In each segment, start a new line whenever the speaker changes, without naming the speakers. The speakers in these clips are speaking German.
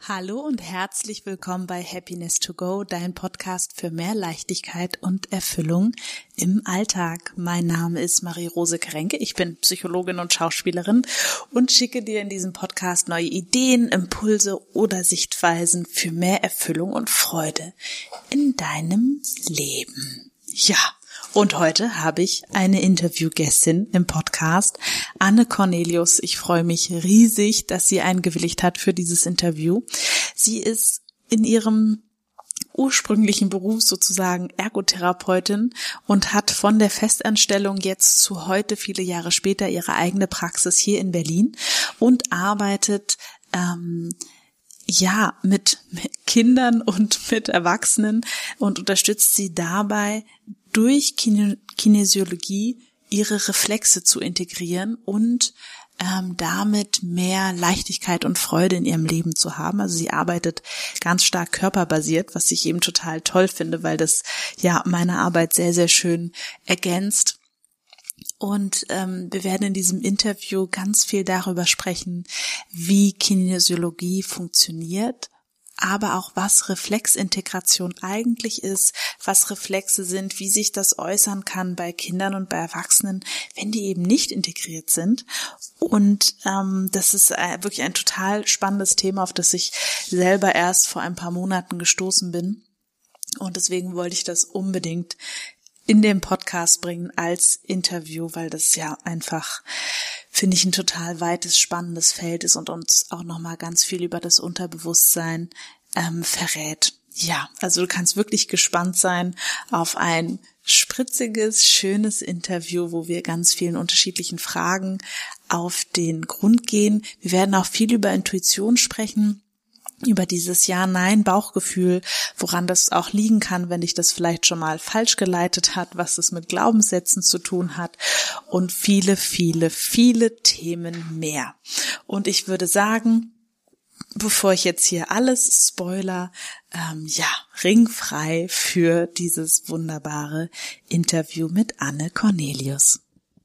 Hallo und herzlich willkommen bei Happiness to Go, dein Podcast für mehr Leichtigkeit und Erfüllung im Alltag. Mein Name ist Marie-Rose Kränke, ich bin Psychologin und Schauspielerin und schicke dir in diesem Podcast neue Ideen, Impulse oder Sichtweisen für mehr Erfüllung und Freude in deinem Leben. Ja. Und heute habe ich eine Interviewgästin im Podcast, Anne Cornelius. Ich freue mich riesig, dass sie eingewilligt hat für dieses Interview. Sie ist in ihrem ursprünglichen Beruf sozusagen Ergotherapeutin und hat von der Festanstellung jetzt zu heute, viele Jahre später, ihre eigene Praxis hier in Berlin und arbeitet mit Kindern und mit Erwachsenen und unterstützt sie dabei, durch Kinesiologie ihre Reflexe zu integrieren und damit mehr Leichtigkeit und Freude in ihrem Leben zu haben. Also sie arbeitet ganz stark körperbasiert, was ich eben total toll finde, weil das ja meine Arbeit sehr, sehr schön ergänzt. Und wir werden in diesem Interview ganz viel darüber sprechen, wie Kinesiologie funktioniert, aber auch was Reflexintegration eigentlich ist, was Reflexe sind, wie sich das äußern kann bei Kindern und bei Erwachsenen, wenn die eben nicht integriert sind. Und das ist wirklich ein total spannendes Thema, auf das ich selber erst vor ein paar Monaten gestoßen bin. Und deswegen wollte ich das unbedingt in den Podcast bringen als Interview, weil das ja einfach, finde ich, ein total weites, spannendes Feld ist und uns auch nochmal ganz viel über das Unterbewusstsein verrät. Ja, also du kannst wirklich gespannt sein auf ein spritziges, schönes Interview, wo wir ganz vielen unterschiedlichen Fragen auf den Grund gehen. Wir werden auch viel über Intuition sprechen, über dieses Ja-Nein-Bauchgefühl, woran das auch liegen kann, wenn dich das vielleicht schon mal falsch geleitet hat, was es mit Glaubenssätzen zu tun hat und viele, viele, viele Themen mehr. Und ich würde sagen, bevor ich jetzt hier alles spoiler, ringfrei für dieses wunderbare Interview mit Anne Cornelius.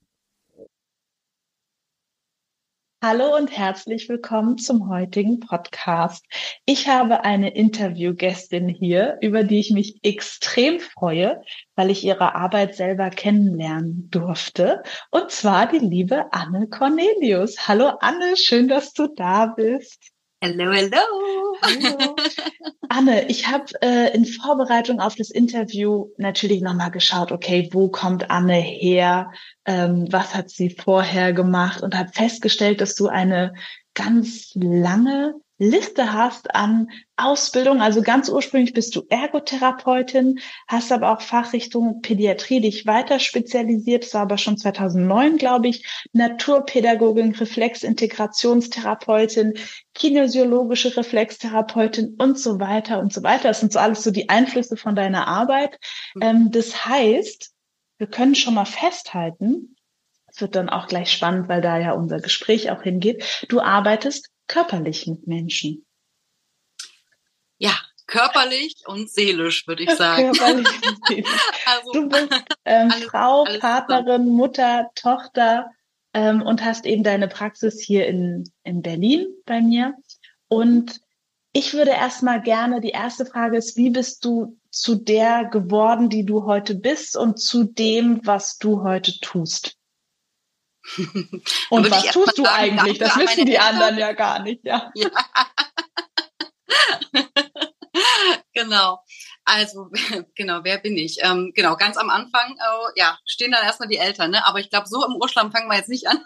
Hallo und herzlich willkommen zum heutigen Podcast. Ich habe eine Interviewgästin hier, über die ich mich extrem freue, weil ich ihre Arbeit selber kennenlernen durfte. Und zwar die liebe Anne Cornelius. Hallo Anne, schön, dass du da bist.
Hello, hello.
Hallo. Anne, ich habe in Vorbereitung auf das Interview natürlich nochmal geschaut, okay, wo kommt Anne her, was hat sie vorher gemacht und habe festgestellt, dass du eine ganz lange Liste hast an Ausbildung. Also ganz ursprünglich bist du Ergotherapeutin, hast aber auch Fachrichtung Pädiatrie dich weiter spezialisiert. Das war aber schon 2009, glaube ich. Naturpädagogin, Reflexintegrationstherapeutin, kinesiologische Reflextherapeutin und so weiter und so weiter. Das sind so alles so die Einflüsse von deiner Arbeit. Das heißt, wir können schon mal festhalten, es wird dann auch gleich spannend, weil da ja unser Gespräch auch hingeht, du arbeitest körperlich mit Menschen.
Ja, körperlich und seelisch, würde ich sagen.
Körperlich und seelisch. Also, du bist Frau, Partnerin, Mutter, Tochter und hast eben deine Praxis hier in Berlin bei mir. Und ich würde erstmal gerne, die erste Frage ist, wie bist du zu der geworden, die du heute bist und zu dem, was du heute tust? Und was tust du eigentlich? Das wissen die anderen ja gar nicht, ja.
Genau. Also, genau, wer bin ich? Genau, ganz am Anfang, stehen dann erstmal die Eltern, ne? Aber ich glaube, so im Urschlamm fangen wir jetzt nicht an.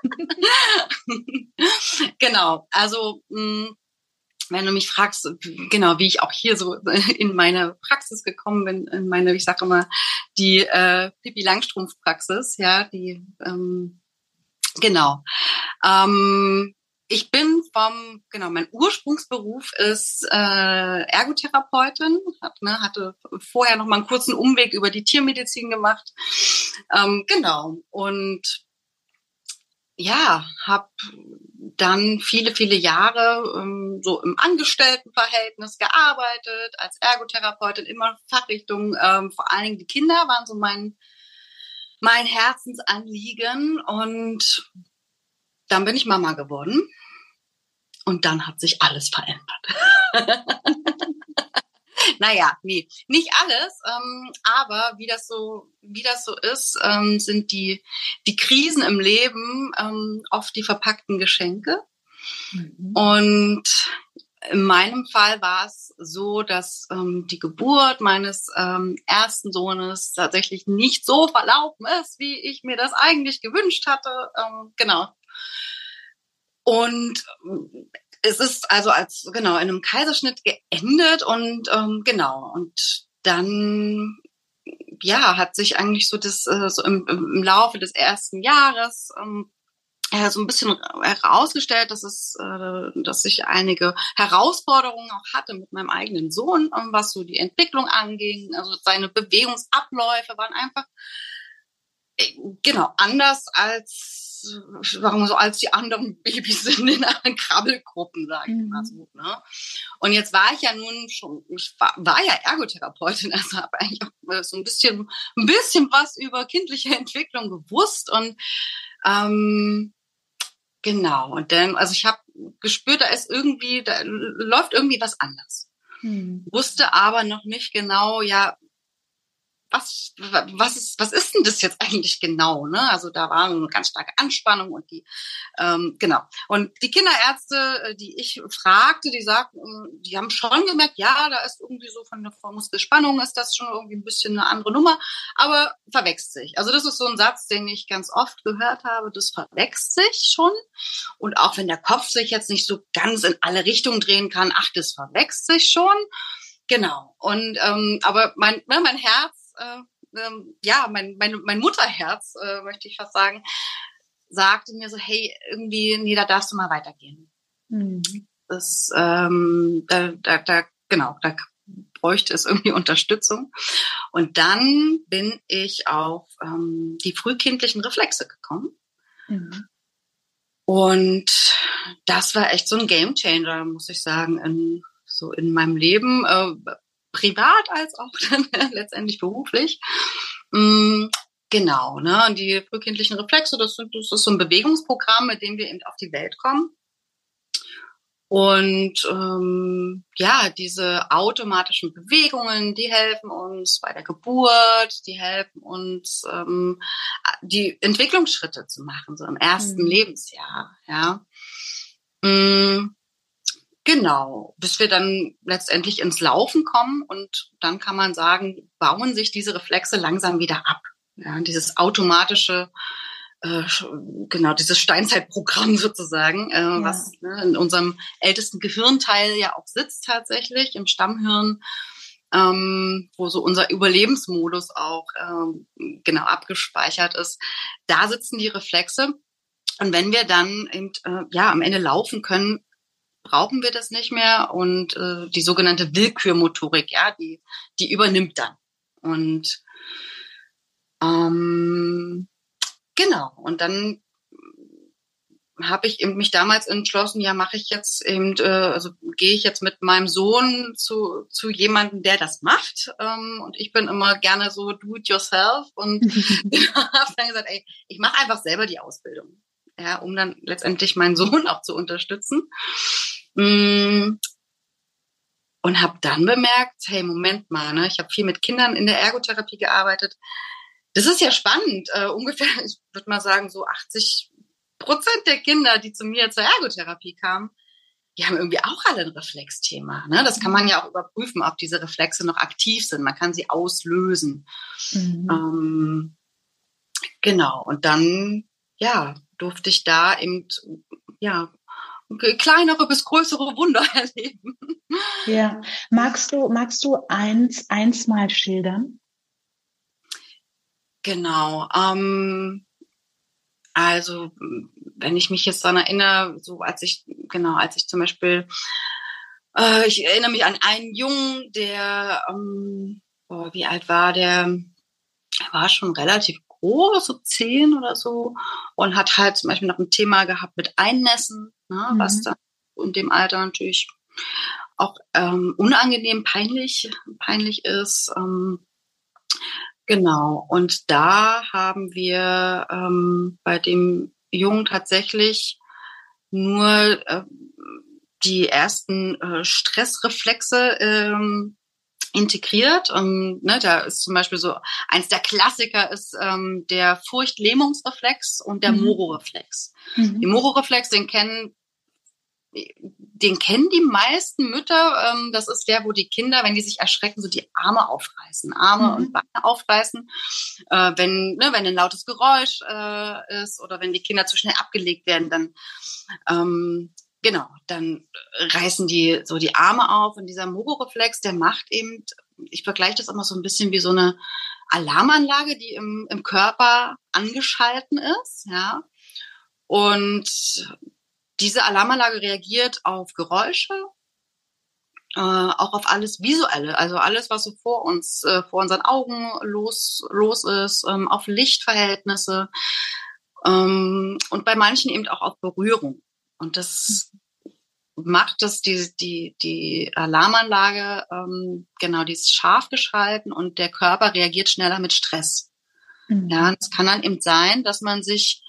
Genau, also, wenn du mich fragst, genau, wie ich auch hier so in meine Praxis gekommen bin, in meine, ich sage immer, die Pippi Langstrumpf-Praxis, ja, die, genau. Ich bin mein Ursprungsberuf ist Ergotherapeutin, hatte vorher noch mal einen kurzen Umweg über die Tiermedizin gemacht, und ja, habe dann viele, viele Jahre so im Angestelltenverhältnis gearbeitet, als Ergotherapeutin, immer Fachrichtung, vor allen Dingen die Kinder waren so mein Herzensanliegen und dann bin ich Mama geworden Und dann hat sich alles verändert. Naja, nee, nicht alles, aber wie das so ist, sind die Krisen im Leben oft die verpackten Geschenke. Mhm. Und in meinem Fall war es so, dass die Geburt meines ersten Sohnes tatsächlich nicht so verlaufen ist, wie ich mir das eigentlich gewünscht hatte. Genau. Und es ist also in einem Kaiserschnitt geendet und genau. Und dann hat sich eigentlich so das so im Laufe des ersten Jahres so ein bisschen herausgestellt, dass ich einige Herausforderungen auch hatte mit meinem eigenen Sohn, was so die Entwicklung anging. Also seine Bewegungsabläufe waren einfach anders als die anderen Babys in den Krabbelgruppen, sage ich mal so. Ne? Und jetzt war ich ja nun schon, war ja Ergotherapeutin, also habe eigentlich auch so ein bisschen was über kindliche Entwicklung gewusst und genau. Und dann, also ich habe gespürt, da läuft irgendwie was anders. Wusste aber noch nicht genau, was ist denn das jetzt eigentlich genau, ne? Also da war eine ganz starke Anspannung und genau. Und die Kinderärzte, die ich fragte, die sagten, die haben schon gemerkt, ja, da ist irgendwie so von der Muskelspannung ist das schon irgendwie ein bisschen eine andere Nummer, aber verwechselt sich. Also das ist so ein Satz, den ich ganz oft gehört habe, das verwechselt sich schon. Und auch wenn der Kopf sich jetzt nicht so ganz in alle Richtungen drehen kann, das verwechselt sich schon. Genau. Und aber mein Herz, mein Mutterherz, möchte ich fast sagen, sagte mir so, hey, irgendwie, nee, da darfst du mal weitergehen. Das, da bräuchte es irgendwie Unterstützung. Und dann bin ich auf die frühkindlichen Reflexe gekommen. Und das war echt so ein Gamechanger, muss ich sagen, in meinem Leben, privat als auch dann letztendlich beruflich. Genau, ne? Und die frühkindlichen Reflexe, das ist so ein Bewegungsprogramm, mit dem wir eben auf die Welt kommen. Und diese automatischen Bewegungen, die helfen uns bei der Geburt, die helfen uns, die Entwicklungsschritte zu machen, so im ersten Lebensjahr, ja. Genau, bis wir dann letztendlich ins Laufen kommen und dann kann man sagen, bauen sich diese Reflexe langsam wieder ab. Ja, dieses automatische, dieses Steinzeitprogramm sozusagen, was in unserem ältesten Gehirnteil ja auch sitzt tatsächlich, im Stammhirn, wo so unser Überlebensmodus auch abgespeichert ist. Da sitzen die Reflexe und wenn wir dann eben, am Ende laufen können, brauchen wir das nicht mehr und die sogenannte Willkürmotorik, die übernimmt dann. Und genau, und dann habe ich eben mich damals entschlossen, mache ich jetzt eben, gehe ich jetzt mit meinem Sohn zu jemandem, der das macht. Und ich bin immer gerne so do it yourself und habe dann gesagt, ich mache einfach selber die Ausbildung. Ja, um dann letztendlich meinen Sohn auch zu unterstützen. Und habe dann bemerkt, hey, Moment mal, ne? Ich habe viel mit Kindern in der Ergotherapie gearbeitet. Das ist ja spannend. Ungefähr, ich würde mal sagen, so 80% der Kinder, die zu mir zur Ergotherapie kamen, die haben irgendwie auch alle ein Reflexthema. Ne? Das kann man ja auch überprüfen, ob diese Reflexe noch aktiv sind. Man kann sie auslösen. Genau. Und dann, durfte ich da eben, kleinere bis größere Wunder erleben.
Ja. Magst du eins mal schildern?
Genau. Also, wenn ich mich jetzt daran erinnere, so als ich zum Beispiel, ich erinnere mich an einen Jungen, der, wie alt war der? Er war schon relativ groß, so 10 oder so, und hat halt zum Beispiel noch ein Thema gehabt mit Einnässen, ne, was dann in dem Alter natürlich auch unangenehm peinlich ist. Genau, und da haben wir bei dem Jungen tatsächlich nur die ersten Stressreflexe integriert. Da ist zum Beispiel so, eins der Klassiker ist der Furchtlähmungsreflex und der Moro-Reflex. Den Moro-Reflex, den kennen die meisten Mütter. Das ist der, wo die Kinder, wenn die sich erschrecken, so die Arme aufreißen, und Beine aufreißen. Wenn ein lautes Geräusch ist oder wenn die Kinder zu schnell abgelegt werden, dann dann reißen die so die Arme auf. Und dieser Moro-Reflex, der macht eben, ich vergleiche das immer so ein bisschen wie so eine Alarmanlage, die im Körper angeschalten ist, ja. Und diese Alarmanlage reagiert auf Geräusche, auch auf alles Visuelle, also alles, was so vor unseren Augen los ist, auf Lichtverhältnisse und bei manchen eben auch auf Berührung. Und das macht die Alarmanlage, die ist scharf geschalten und der Körper reagiert schneller mit Stress. Ja, es kann dann eben sein, dass man sich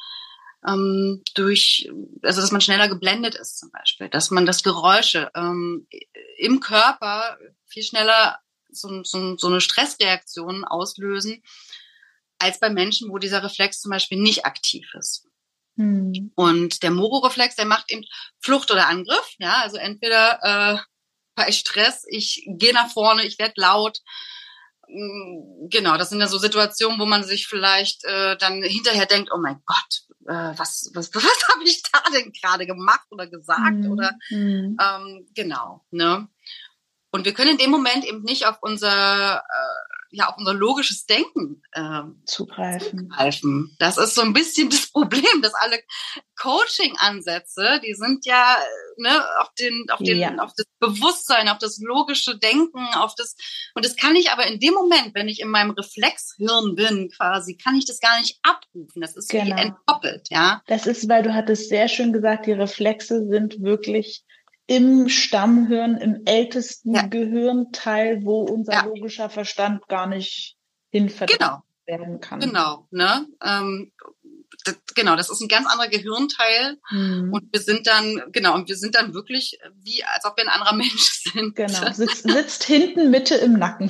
dass man schneller geblendet ist zum Beispiel, dass man das Geräusche im Körper viel schneller so eine Stressreaktion auslösen, als bei Menschen, wo dieser Reflex zum Beispiel nicht aktiv ist. Und der Moro-Reflex, der macht eben Flucht oder Angriff, ja, also entweder bei Stress, ich gehe nach vorne, ich werde laut. Genau, das sind ja so Situationen, wo man sich vielleicht dann hinterher denkt, oh mein Gott, was habe ich da denn gerade gemacht oder gesagt oder genau, ne? Und wir können in dem Moment eben nicht auf unser logisches Denken zugreifen. Das ist so ein bisschen das Problem, dass alle Coaching-Ansätze, die sind ja auf das Bewusstsein, auf das logische Denken, und das kann ich aber in dem Moment, wenn ich in meinem Reflexhirn bin, quasi, kann ich das gar nicht abrufen. Das ist wie entkoppelt, ja.
Das ist, weil du hattest sehr schön gesagt, die Reflexe sind wirklich im Stammhirn, im ältesten Gehirnteil, wo unser logischer Verstand gar nicht hinvertraut werden kann.
Genau, ne? Das ist ein ganz anderer Gehirnteil und wir sind dann wirklich wie, als ob wir ein anderer Mensch sind.
Genau, sitzt hinten Mitte im Nacken.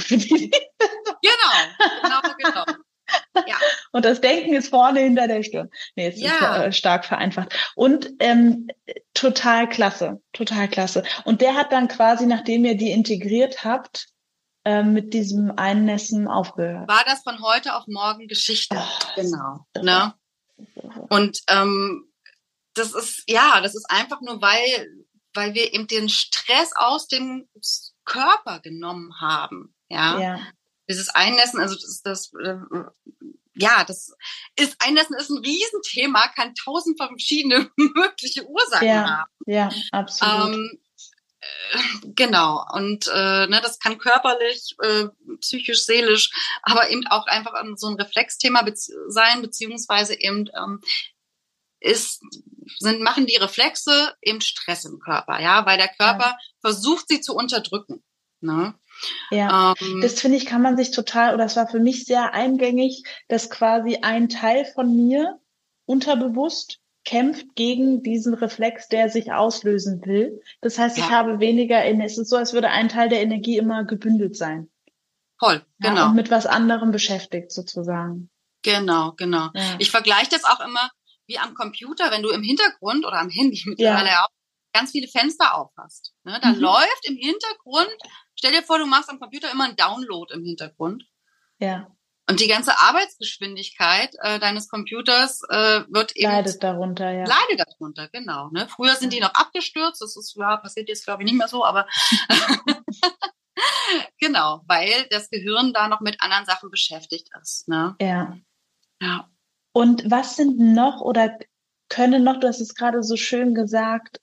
Genau. Ja.
Und das Denken ist vorne hinter der Stirn. Nee, es ist stark vereinfacht. Und total klasse. Und der hat dann quasi, nachdem ihr die integriert habt, mit diesem Einnässen aufgehört.
War das von heute auf morgen Geschichte? Genau. Ne? Und das ist einfach nur, weil wir eben den Stress aus dem Körper genommen haben. Ja. Dieses Einnässen, also Einnässen ist ein Riesenthema, kann 1000 verschiedene mögliche Ursachen haben.
Ja, absolut.
Genau. Und das kann körperlich, psychisch, seelisch, aber eben auch einfach so ein Reflexthema sein, beziehungsweise eben machen die Reflexe eben Stress im Körper, ja, weil der Körper versucht, sie zu unterdrücken. Ne?
Ja, das finde ich, kann man sich total, oder das war für mich sehr eingängig, dass quasi ein Teil von mir unterbewusst kämpft gegen diesen Reflex, der sich auslösen will. Das heißt, ich habe weniger, es ist so, als würde ein Teil der Energie immer gebündelt sein.
Voll, genau.
Ja, und mit was anderem beschäftigt sozusagen.
Genau. Ja. Ich vergleiche das auch immer wie am Computer, wenn du im Hintergrund oder am Handy mittlerweile auch ganz viele Fenster auf hast. Ne? Da läuft im Hintergrund, stell dir vor, du machst am Computer immer einen Download im Hintergrund.
Ja.
Und die ganze Arbeitsgeschwindigkeit deines Computers
leidet darunter, ja.
Leidet darunter, genau. Ne? Früher sind die noch abgestürzt, das ist passiert jetzt, glaube ich, nicht mehr so, aber genau, weil das Gehirn da noch mit anderen Sachen beschäftigt ist. Ne?
Ja.
Ja.
Und was sind noch oder können noch, du hast es gerade so schön gesagt,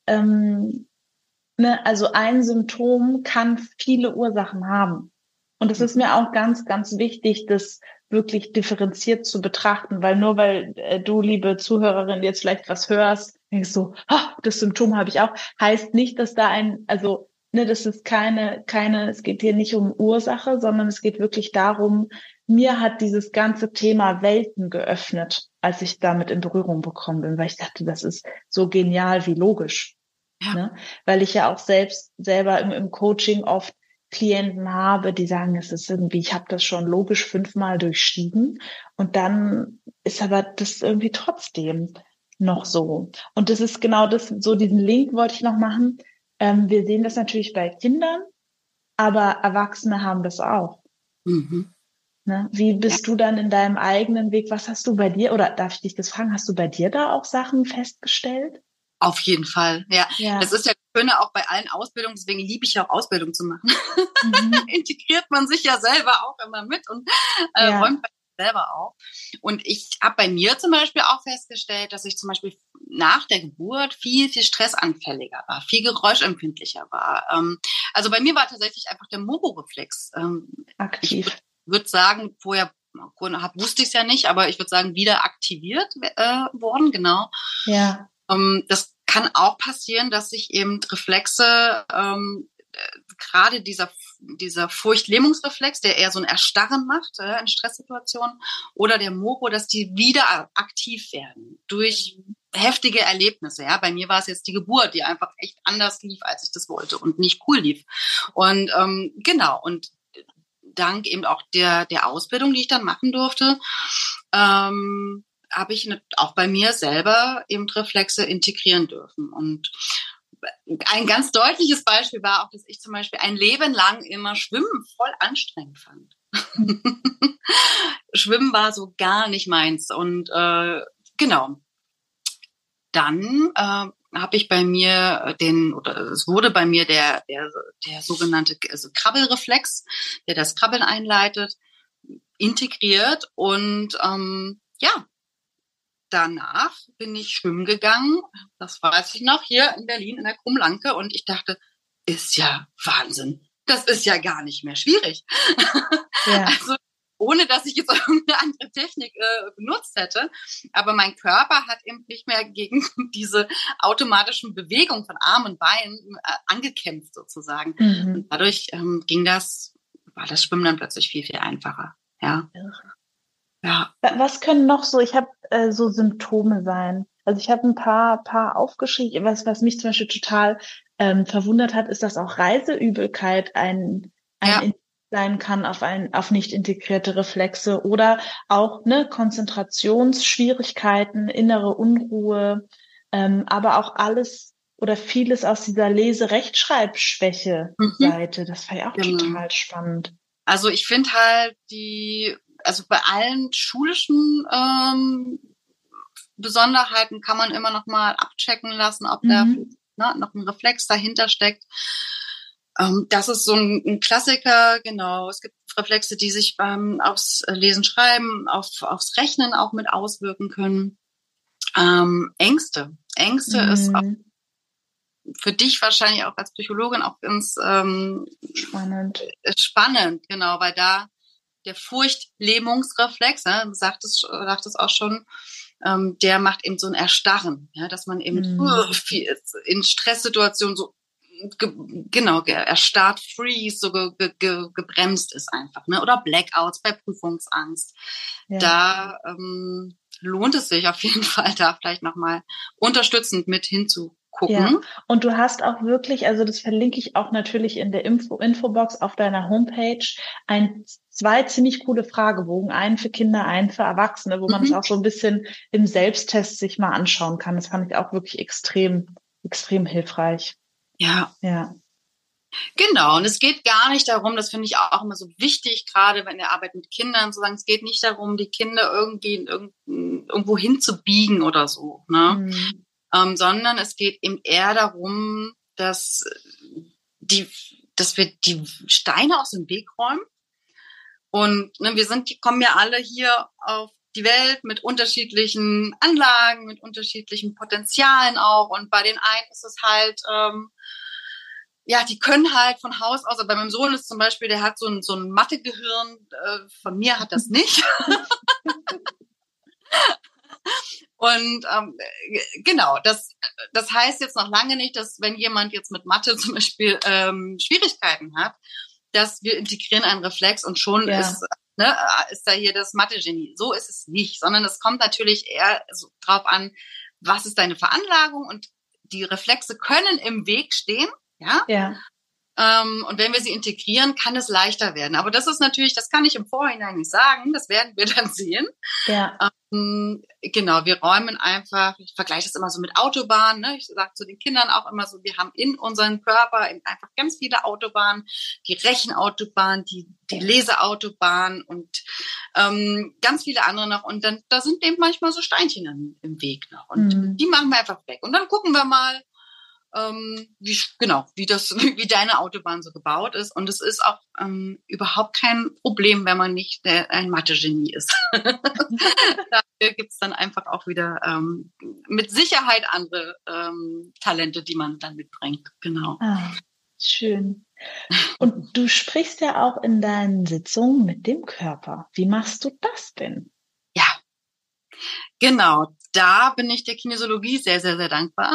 also ein Symptom kann viele Ursachen haben. Und es ist mir auch ganz, ganz wichtig, das wirklich differenziert zu betrachten, weil nur weil du, liebe Zuhörerin, jetzt vielleicht was hörst, denkst du, das Symptom habe ich auch, heißt nicht, dass da das ist es geht hier nicht um Ursache, sondern es geht wirklich darum, mir hat dieses ganze Thema Welten geöffnet, als ich damit in Berührung gekommen bin, weil ich dachte, das ist so genial wie logisch.
Ja.
Ne? Weil ich ja auch selber im Coaching oft Klienten habe, die sagen, es ist irgendwie, ich habe das schon logisch 5-mal durchstiegen und dann ist aber das irgendwie trotzdem noch so. Und das ist genau das, so diesen Link wollte ich noch machen. Wir sehen das natürlich bei Kindern, aber Erwachsene haben das auch.
Mhm.
Ne? Wie
Ja.
bist du dann in deinem eigenen Weg? Was hast du bei dir, oder darf ich dich das fragen, hast du bei dir da auch Sachen festgestellt?
Auf jeden Fall, ja.
Ja.
Das ist ja das Schöne auch bei allen Ausbildungen, deswegen liebe ich ja auch Ausbildung zu machen.
Mhm.
Integriert man sich ja selber auch immer mit und
Ja.
räumt bei sich selber auf. Und ich habe bei mir zum Beispiel auch festgestellt, dass ich zum Beispiel nach der Geburt viel, viel stressanfälliger war, viel geräuschempfindlicher war. Also bei mir war tatsächlich einfach der Mobo-Reflex
Aktiv.
Ich würde sagen, vorher wusste ich es ja nicht, aber ich würde sagen, wieder aktiviert worden, genau.
Ja.
Das kann auch passieren, dass sich eben Reflexe, gerade dieser Furchtlähmungsreflex, der eher so ein Erstarren macht in Stresssituationen, oder der Mobo, dass die wieder aktiv werden durch heftige Erlebnisse. Ja, bei mir war es jetzt die Geburt, die einfach echt anders lief, als ich das wollte und nicht cool lief. Und genau, und dank eben auch der Ausbildung, die ich dann machen durfte, habe ich auch bei mir selber eben Reflexe integrieren dürfen. Und ein ganz deutliches Beispiel war auch, dass ich zum Beispiel ein Leben lang immer Schwimmen voll anstrengend fand. Schwimmen war so gar nicht meins. Und genau, dann habe ich bei mir es wurde bei mir der sogenannte Krabbelreflex, der das Krabbeln einleitet, integriert und ja, danach bin ich schwimmen gegangen, das weiß ich noch, hier in Berlin in der Krummlanke und ich dachte, ist ja Wahnsinn, das ist ja gar nicht mehr schwierig.
Ja.
Also ohne dass ich jetzt irgendeine andere Technik benutzt hätte. Aber mein Körper hat eben nicht mehr gegen diese automatischen Bewegungen von Armen und Beinen angekämpft sozusagen.
Mhm.
Und dadurch war das Schwimmen dann plötzlich viel, viel einfacher. Ja. Ja.
Was können noch so, ich habe so Symptome sein? Also ich habe ein paar aufgeschrieben. Was mich zum Beispiel total verwundert hat, ist, dass auch Reiseübelkeit ein sein kann auf nicht integrierte Reflexe oder auch Konzentrationsschwierigkeiten, innere Unruhe, aber auch alles oder vieles aus dieser Lese-Rechtschreibschwäche-Seite. Das war ja auch total spannend.
Also ich finde halt also bei allen schulischen Besonderheiten kann man immer noch mal abchecken lassen, ob da noch ein Reflex dahinter steckt. Das ist so ein Klassiker, genau. Es gibt Reflexe, die sich aufs Lesen, Schreiben, aufs Rechnen auch mit auswirken können. Ängste ist auch für dich wahrscheinlich auch als Psychologin auch ganz spannend, genau, weil da der Furchtlähmungsreflex, sagt es auch schon, der macht eben so ein Erstarren, ja, dass man eben in Stresssituationen so erstarrt, freeze, so gebremst ist einfach, ne? Oder Blackouts bei Prüfungsangst. Ja. Da lohnt es sich auf jeden Fall, da vielleicht nochmal unterstützend mit hinzugucken.
Ja, und du hast auch wirklich, also das verlinke ich auch natürlich in der Infobox auf deiner Homepage, 2 ziemlich coole Fragebogen, einen für Kinder, einen für Erwachsene, wo man es auch so ein bisschen im Selbsttest sich mal anschauen kann. Das fand ich auch wirklich extrem, extrem hilfreich.
Ja.
Ja.
Genau, und es geht gar nicht darum, das finde ich auch immer so wichtig, gerade in der Arbeit mit Kindern, zu sagen, es geht nicht darum, die Kinder irgendwie irgendwo hinzubiegen oder so, ne? Sondern es geht eben eher darum, dass wir die Steine aus dem Weg räumen. Und die kommen ja alle hier auf die Welt mit unterschiedlichen Anlagen, mit unterschiedlichen Potenzialen auch. Und bei den einen ist es halt, die können halt von Haus aus, bei meinem Sohn ist zum Beispiel, der hat so ein Mathe-Gehirn, von mir hat das nicht. Und genau, das heißt jetzt noch lange nicht, dass wenn jemand jetzt mit Mathe zum Beispiel Schwierigkeiten hat, dass wir integrieren einen Reflex und schon ist da hier das Mathe-Genie. So ist es nicht, sondern es kommt natürlich eher so drauf an, was ist deine Veranlagung und die Reflexe können im Weg stehen, ja.
Ja.
Und wenn wir sie integrieren, kann es leichter werden. Aber das ist natürlich, das kann ich im Vorhinein nicht sagen. Das werden wir dann sehen.
Ja.
Genau, wir räumen einfach, ich vergleiche das immer so mit Autobahnen, ne? Ich sage zu den Kindern auch immer so, wir haben in unserem Körper einfach ganz viele Autobahnen, die Rechenautobahn, die Leseautobahn und ganz viele andere noch. Und dann da sind eben manchmal so Steinchen im Weg noch. Und die machen wir einfach weg. Und dann gucken wir mal, wie deine Autobahn so gebaut ist. Und es ist auch überhaupt kein Problem, wenn man nicht ein Mathe-Genie ist. Dafür gibt's dann einfach auch wieder mit Sicherheit andere Talente, die man dann mitbringt. Genau.
Ah, schön. Und du sprichst ja auch in deinen Sitzungen mit dem Körper. Wie machst du das denn?
Ja, genau. Da bin ich der Kinesiologie sehr, sehr, sehr dankbar.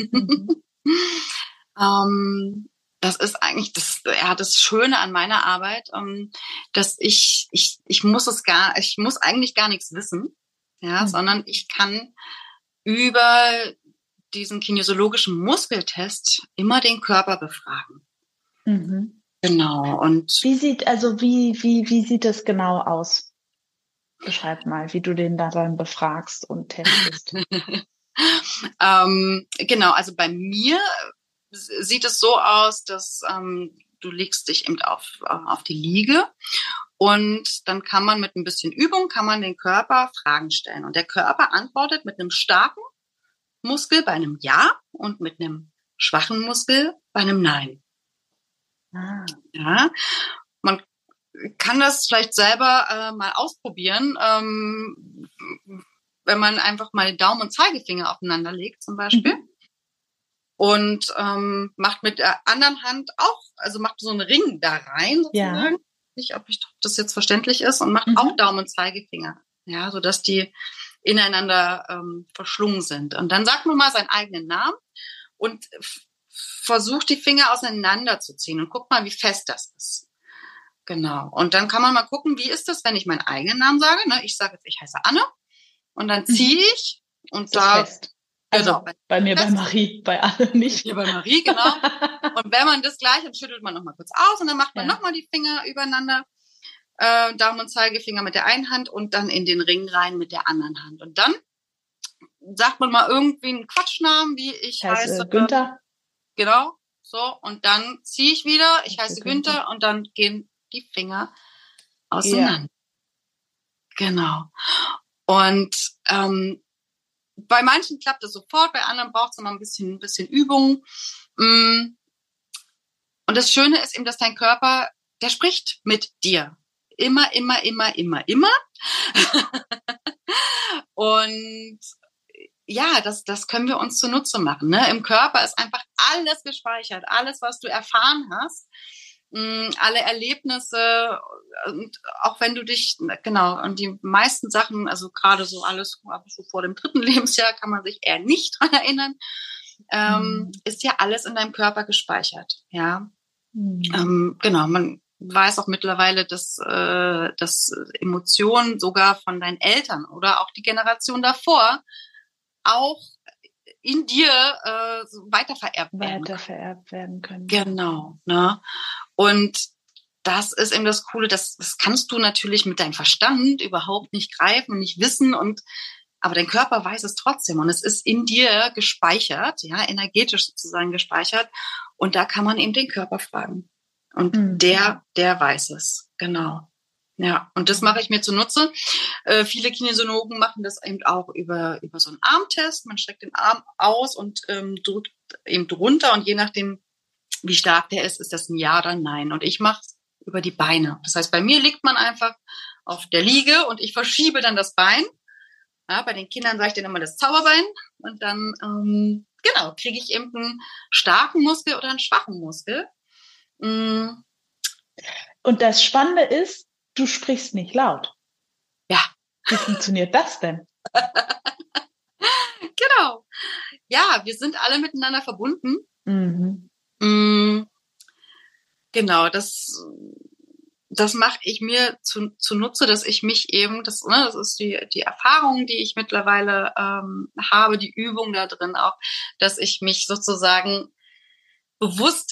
Das ist eigentlich das Schöne an meiner Arbeit, dass ich muss eigentlich gar nichts wissen, ja, sondern ich kann über diesen kinesiologischen Muskeltest immer den Körper befragen. Genau. Und
wie sieht das genau aus? Beschreib mal, wie du den da dann befragst und testest.
Genau, also bei mir sieht es so aus, dass du legst dich eben auf die Liege und dann kann man mit ein bisschen Übung den Körper Fragen stellen. Und der Körper antwortet mit einem starken Muskel bei einem Ja und mit einem schwachen Muskel bei einem Nein. Ja, man kann das vielleicht selber mal ausprobieren, wenn man einfach mal Daumen und Zeigefinger aufeinander legt zum Beispiel. Und macht mit der anderen Hand auch, also macht so einen Ring da rein sozusagen. Ja. Nicht, ob das jetzt verständlich ist, und macht auch Daumen und Zeigefinger, ja, sodass die ineinander verschlungen sind. Und dann sagt man mal seinen eigenen Namen und versucht die Finger auseinanderzuziehen und guckt mal, wie fest das ist. Genau. Und dann kann man mal gucken, wie ist das, wenn ich meinen eigenen Namen sage. Ne? Ich sage jetzt, ich heiße Anne und dann ziehe ich und da
fest. Also genau, bei mir, bei Marie, bei Anne nicht.
Hier bei Marie, genau. Und wenn man das gleich, dann schüttelt man nochmal kurz aus und dann macht man nochmal die Finger übereinander, Daumen und Zeigefinger mit der einen Hand und dann in den Ring rein mit der anderen Hand. Und dann sagt man mal irgendwie einen Quatschnamen, wie ich heiße
Günther.
Genau, so. Und dann ziehe ich wieder, ich heiße Günther und dann gehen die Finger auseinander. Ja. Genau. Und bei manchen klappt es sofort, bei anderen braucht es noch ein bisschen Übung. Und das Schöne ist eben, dass dein Körper, der spricht mit dir. Immer. Und ja, das können wir uns zunutze machen. Ne? Im Körper ist einfach alles gespeichert, alles, was du erfahren hast, alle Erlebnisse, und auch wenn du dich, genau, und die meisten Sachen, also gerade so alles so vor dem 3. Lebensjahr kann man sich eher nicht dran erinnern, ist ja alles in deinem Körper gespeichert, ja. Genau, man weiß auch mittlerweile, dass Emotionen sogar von deinen Eltern oder auch die Generation davor auch in dir weitervererbt
werden können.
Genau, ne? Und das ist eben das Coole, das kannst du natürlich mit deinem Verstand überhaupt nicht greifen, nicht wissen, aber dein Körper weiß es trotzdem und es ist in dir gespeichert, ja, energetisch sozusagen gespeichert, und da kann man eben den Körper fragen und der weiß es, genau. Ja, und das mache ich mir zunutze. Viele Kinesiologen machen das eben auch über so einen Armtest. Man streckt den Arm aus und drückt eben drunter, und je nachdem, wie stark der ist das ein Ja oder Nein. Und ich mache es über die Beine. Das heißt, bei mir liegt man einfach auf der Liege und ich verschiebe dann das Bein. Ja, bei den Kindern sage ich dann immer das Zauberbein. Und dann, genau, kriege ich eben einen starken Muskel oder einen schwachen Muskel.
Und das Spannende ist, du sprichst nicht laut.
Ja.
Wie funktioniert das denn?
Genau. Ja, wir sind alle miteinander verbunden. Genau, das das mache ich mir zunutze, dass ich mich eben, das ist die Erfahrung, die ich mittlerweile habe, die Übung da drin auch, dass ich mich sozusagen bewusst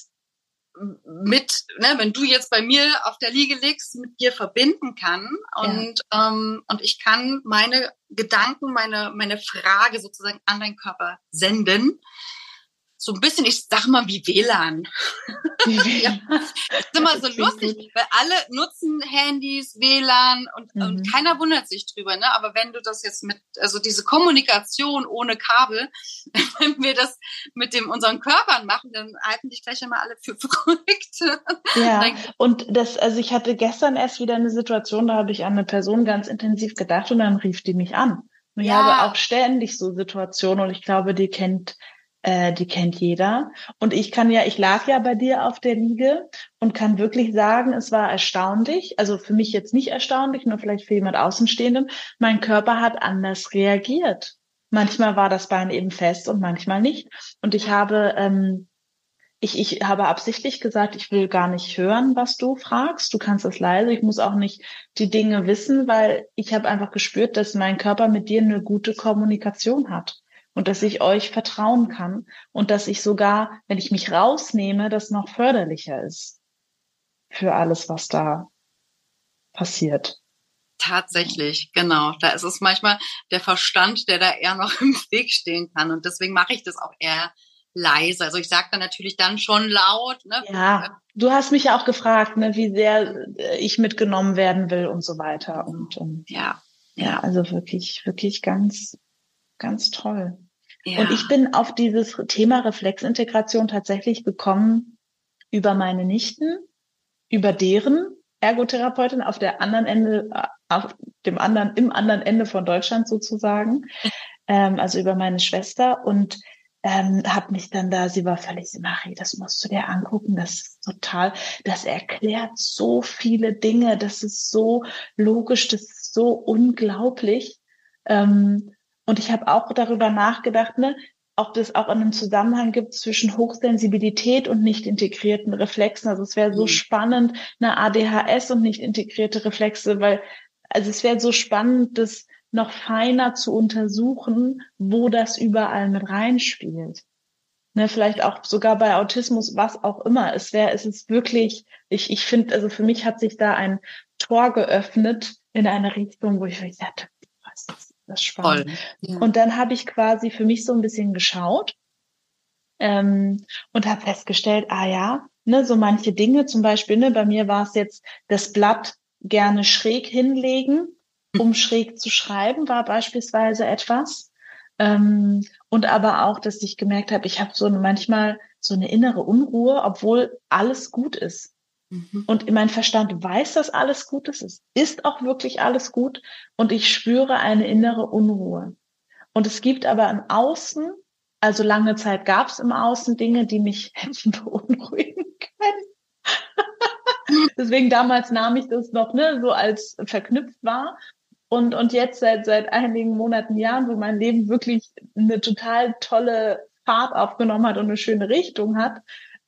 wenn du jetzt bei mir auf der Liege liegst, mit dir verbinden kann und ich kann meine Gedanken, meine Frage sozusagen an deinen Körper senden. So ein bisschen, ich sag mal, wie WLAN. Ja. Das ist immer so lustig, weil alle nutzen Handys, WLAN und keiner wundert sich drüber, ne? Aber wenn du das jetzt also diese Kommunikation ohne Kabel, wenn wir das mit unseren Körpern machen, dann halten dich gleich immer alle für verrückt.
Ja, und also ich hatte gestern erst wieder eine Situation, da habe ich an eine Person ganz intensiv gedacht und dann rief die mich an. Und ich habe auch ständig so Situationen und ich glaube, die kennt jeder. Und ich lag ja bei dir auf der Liege und kann wirklich sagen, es war erstaunlich, also für mich jetzt nicht erstaunlich, nur vielleicht für jemand Außenstehenden, mein Körper hat anders reagiert. Manchmal war das Bein eben fest und manchmal nicht. Und ich habe ich habe absichtlich gesagt, ich will gar nicht hören, was du fragst. Du kannst es leise. Ich muss auch nicht die Dinge wissen, weil ich habe einfach gespürt, dass mein Körper mit dir eine gute Kommunikation hat. Und dass ich euch vertrauen kann und dass ich sogar, wenn ich mich rausnehme, das noch förderlicher ist für alles, was da passiert.
Tatsächlich, genau. Da ist es manchmal der Verstand, der da eher noch im Weg stehen kann. Und deswegen mache ich das auch eher leise. Also ich sage dann natürlich dann schon laut. Ne?
Ja, du hast mich ja auch gefragt, ne, wie sehr ich mitgenommen werden will und so weiter. Und ja, also wirklich, wirklich ganz, ganz toll. Ja. Und ich bin auf dieses Thema Reflexintegration tatsächlich gekommen über meine Nichten, über deren Ergotherapeutin im anderen Ende von Deutschland sozusagen, also über meine Schwester und habe mich dann sie war völlig, Marie, das musst du dir angucken, das ist total, das erklärt so viele Dinge, das ist so logisch, das ist so unglaublich. Und ich habe auch darüber nachgedacht, ne, ob das auch einen Zusammenhang gibt zwischen Hochsensibilität und nicht integrierten Reflexen. Also es wäre so spannend, eine ADHS und nicht integrierte Reflexe, also es wäre so spannend, das noch feiner zu untersuchen, wo das überall mit reinspielt. Ne, vielleicht auch sogar bei Autismus, was auch immer. Es ist wirklich, ich finde, also für mich hat sich da ein Tor geöffnet in eine Richtung, wo ich dachte, was ist das spannend. Ja. Und dann habe ich quasi für mich so ein bisschen geschaut und habe festgestellt, so manche Dinge, zum Beispiel, ne, bei mir war es jetzt das Blatt gerne schräg hinlegen, um schräg zu schreiben, war beispielsweise etwas. Und aber auch, dass ich gemerkt habe, ich habe manchmal so eine innere Unruhe, obwohl alles gut ist. Und mein Verstand weiß, dass alles gut ist. Es ist auch wirklich alles gut. Und ich spüre eine innere Unruhe. Und es gibt aber im Außen, also lange Zeit gab es im Außen Dinge, die mich hätten beunruhigen können. Deswegen damals nahm ich das noch, ne, so als verknüpft war. Und jetzt seit einigen Monaten, Jahren, wo mein Leben wirklich eine total tolle Fahrt aufgenommen hat und eine schöne Richtung hat,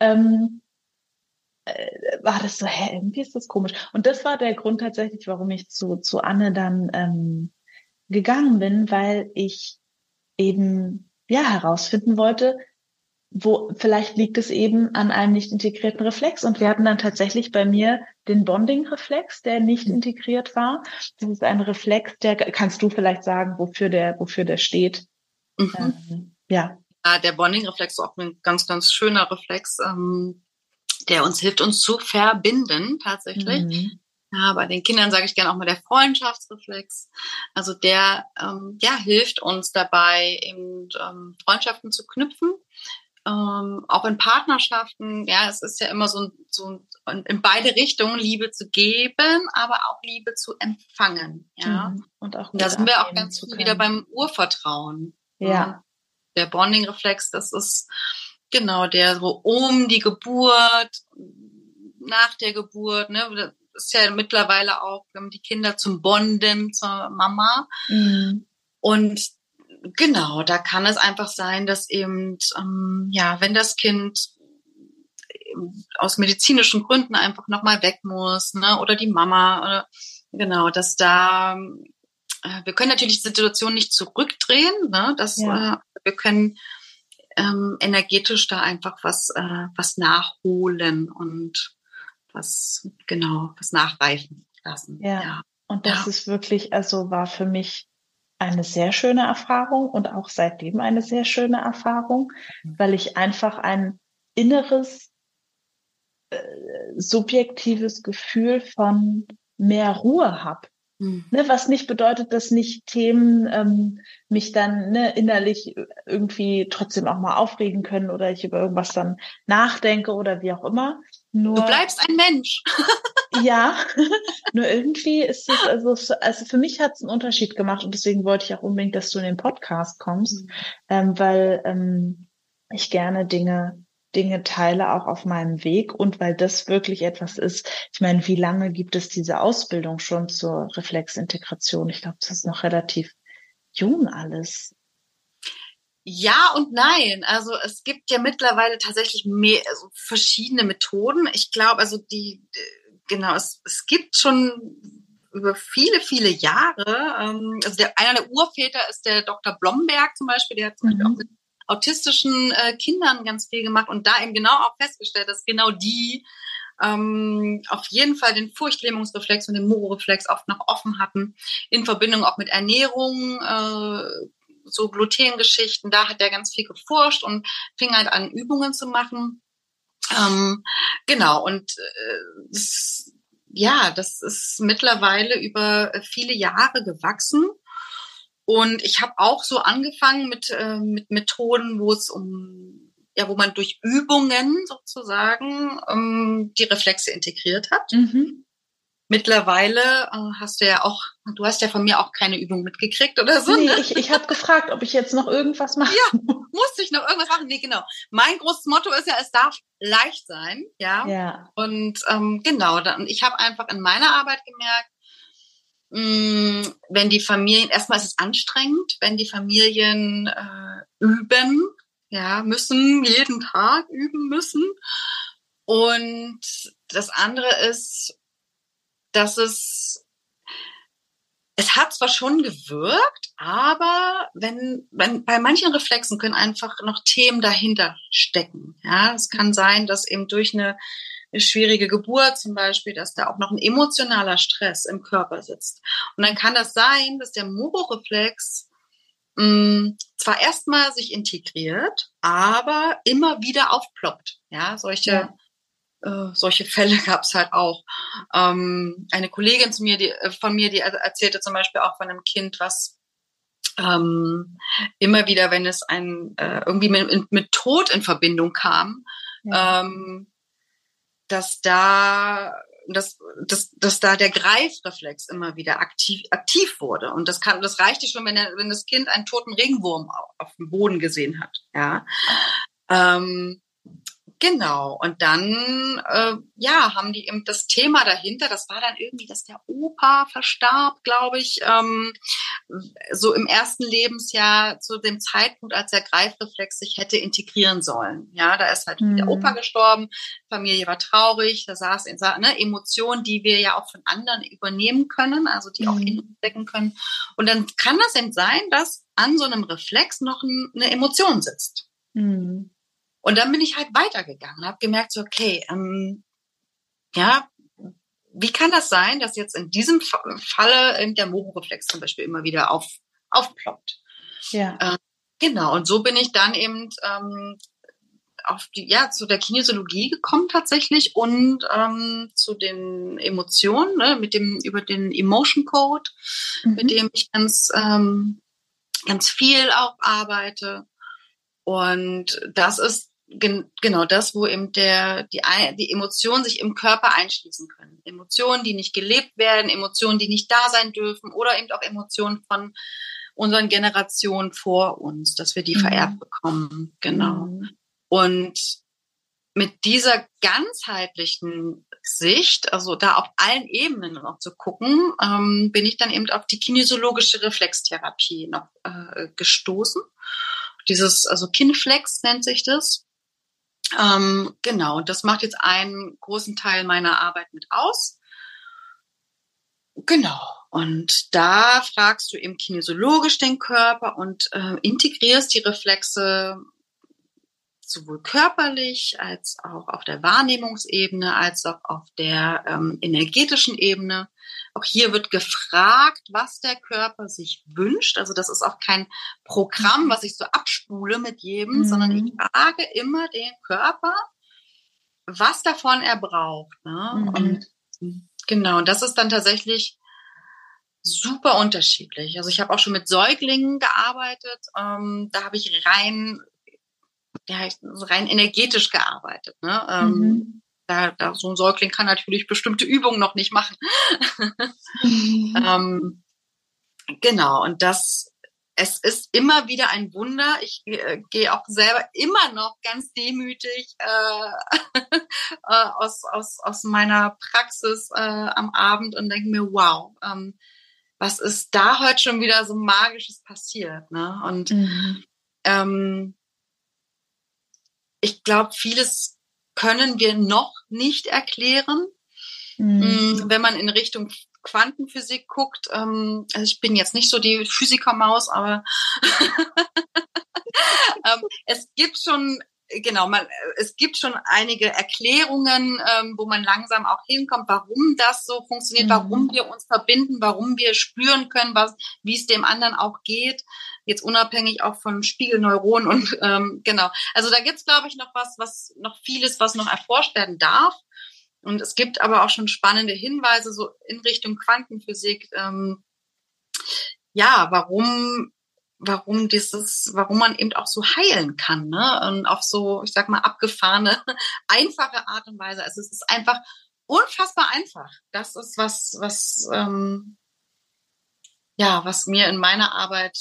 war das so, irgendwie ist das komisch. Und das war der Grund tatsächlich, warum ich zu Anne dann gegangen bin, weil ich eben herausfinden wollte, wo vielleicht liegt es eben an einem nicht integrierten Reflex. Und wir hatten dann tatsächlich bei mir den Bonding-Reflex, der nicht integriert war. Das ist ein Reflex, kannst du vielleicht sagen, wofür der steht?
Ja, der Bonding-Reflex ist auch ein ganz, ganz schöner Reflex, der uns hilft, uns zu verbinden, tatsächlich. Ja, bei den Kindern sage ich gerne auch mal der Freundschaftsreflex. Also der hilft uns dabei, eben Freundschaften zu knüpfen. Auch in Partnerschaften, es ist ja immer so in beide Richtungen Liebe zu geben, aber auch Liebe zu empfangen. Ja. Und da sind wir auch ganz viel wieder beim Urvertrauen.
Ja.
Der Bonding-Reflex, das ist genau der so um die Geburt, nach der Geburt, ne, das ist ja mittlerweile auch die Kinder zum Bonden zur Mama. Und genau, da kann es einfach sein, dass eben, wenn das Kind aus medizinischen Gründen einfach nochmal weg muss, ne? Oder die Mama, oder, genau, dass da, wir können natürlich die Situation nicht zurückdrehen, ne? Wir können energetisch da einfach was nachholen und was nachreifen lassen.
Ja. Und das ist wirklich, also war für mich eine sehr schöne Erfahrung und auch seitdem eine sehr schöne Erfahrung, weil ich einfach ein inneres, subjektives Gefühl von mehr Ruhe habe. Ne, was nicht bedeutet, dass nicht Themen mich dann innerlich irgendwie trotzdem auch mal aufregen können oder ich über irgendwas dann nachdenke oder wie auch immer. Nur,
du bleibst ein Mensch.
Ja, nur irgendwie ist es, also für mich hat es einen Unterschied gemacht und deswegen wollte ich auch unbedingt, dass du in den Podcast kommst, weil ich gerne Dinge teile, auch auf meinem Weg und weil das wirklich etwas ist. Ich meine, wie lange gibt es diese Ausbildung schon zur Reflexintegration? Ich glaube, das ist noch relativ jung alles.
Ja und nein. Also es gibt ja mittlerweile tatsächlich verschiedene Methoden. Ich glaube, also es gibt schon über viele, viele Jahre, also einer der Urväter ist der Dr. Blomberg zum Beispiel, der hat zum Beispiel auch mit autistischen Kindern ganz viel gemacht und da eben genau auch festgestellt, dass genau die auf jeden Fall den Furchtlähmungsreflex und den Moro-Reflex oft noch offen hatten, in Verbindung auch mit Ernährung, so Glutengeschichten, da hat er ganz viel geforscht und fing halt an, Übungen zu machen. Genau, und das ist mittlerweile über viele Jahre gewachsen. Und ich habe auch so angefangen mit Methoden, wo man durch Übungen sozusagen die Reflexe integriert hat. Mittlerweile hast du von mir auch keine Übung mitgekriegt oder so.
Nee,
ne?
ich habe gefragt, ob ich jetzt noch irgendwas mache.
Ja, musste ich noch irgendwas machen? Nee, genau. Mein großes Motto ist ja, es darf leicht sein, ja. Und genau, ich habe einfach in meiner Arbeit gemerkt, wenn die Familien, erstmal ist es anstrengend, wenn die Familien üben, müssen, jeden Tag üben müssen. Und das andere ist, dass es hat zwar schon gewirkt, aber wenn bei manchen Reflexen können einfach noch Themen dahinter stecken. Ja, es kann sein, dass eben durch eine schwierige Geburt zum Beispiel, dass da auch noch ein emotionaler Stress im Körper sitzt. Und dann kann das sein, dass der Moro-Reflex zwar erstmal sich integriert, aber immer wieder aufploppt. Ja, solche Fälle gab es halt auch. Eine Kollegin von mir, die erzählte zum Beispiel auch von einem Kind, was immer wieder, wenn es irgendwie mit Tod in Verbindung kam, dass da der Greifreflex immer wieder aktiv wurde. Und das reichte schon, wenn das Kind einen toten Regenwurm auf dem Boden gesehen hat. Ja. Genau. Und dann, haben die eben das Thema dahinter. Das war dann irgendwie, dass der Opa verstarb, glaube ich, so im ersten Lebensjahr zu dem Zeitpunkt, als der Greifreflex sich hätte integrieren sollen. Ja, da ist halt der Opa gestorben, Familie war traurig, da saß Emotionen, die wir ja auch von anderen übernehmen können, also die auch in uns decken können. Und dann kann das eben sein, dass an so einem Reflex noch eine Emotion sitzt. Und dann bin ich halt weitergegangen, habe gemerkt, so, okay, wie kann das sein, dass jetzt in diesem Falle der Moro-Reflex zum Beispiel immer wieder aufploppt?
Ja.
Genau, und so bin ich dann eben zu der Kinesiologie gekommen tatsächlich und zu den Emotionen, ne, über den Emotion Code, mit dem ich ganz viel auch arbeite. Und das ist genau das, wo eben die Emotionen sich im Körper einschließen können. Emotionen, die nicht gelebt werden, Emotionen, die nicht da sein dürfen oder eben auch Emotionen von unseren Generationen vor uns, dass wir die vererbt bekommen. Genau. Und mit dieser ganzheitlichen Sicht, also da auf allen Ebenen noch zu gucken, bin ich dann eben auf die kinesiologische Reflextherapie noch gestoßen. Also Kinflex nennt sich das. Genau, und das macht jetzt einen großen Teil meiner Arbeit mit aus. Genau. Und da fragst du eben kinesiologisch den Körper und integrierst die Reflexe sowohl körperlich als auch auf der Wahrnehmungsebene, als auch auf der energetischen Ebene. Auch hier wird gefragt, was der Körper sich wünscht. Also das ist auch kein Programm, was ich so abspule mit jedem, sondern ich frage immer den Körper, was davon er braucht. Ne? Und genau, das ist dann tatsächlich super unterschiedlich. Also ich habe auch schon mit Säuglingen gearbeitet. Da habe ich rein energetisch gearbeitet. Ne? Da so ein Säugling kann natürlich bestimmte Übungen noch nicht machen. Genau, und es ist immer wieder ein Wunder. Ich gehe auch selber immer noch ganz demütig aus meiner Praxis am Abend und denke mir, wow, was ist da heute schon wieder so Magisches passiert? Ne? Und ich glaube, vieles können wir noch nicht erklären. Wenn man in Richtung Quantenphysik guckt, also ich bin jetzt nicht so die Physikermaus, aber es gibt schon, es gibt schon einige Erklärungen, wo man langsam auch hinkommt, warum das so funktioniert, warum wir uns verbinden, warum wir spüren können, wie es dem anderen auch geht, jetzt unabhängig auch von Spiegelneuronen und genau. Also da gibt's, glaube ich, noch was noch vieles, was noch erforscht werden darf. Und es gibt aber auch schon spannende Hinweise so in Richtung Quantenphysik, warum man eben auch so heilen kann, ne? Und auf so, ich sag mal, abgefahrene, einfache Art und Weise. Also es ist einfach unfassbar einfach. Das ist was mir in meiner Arbeit,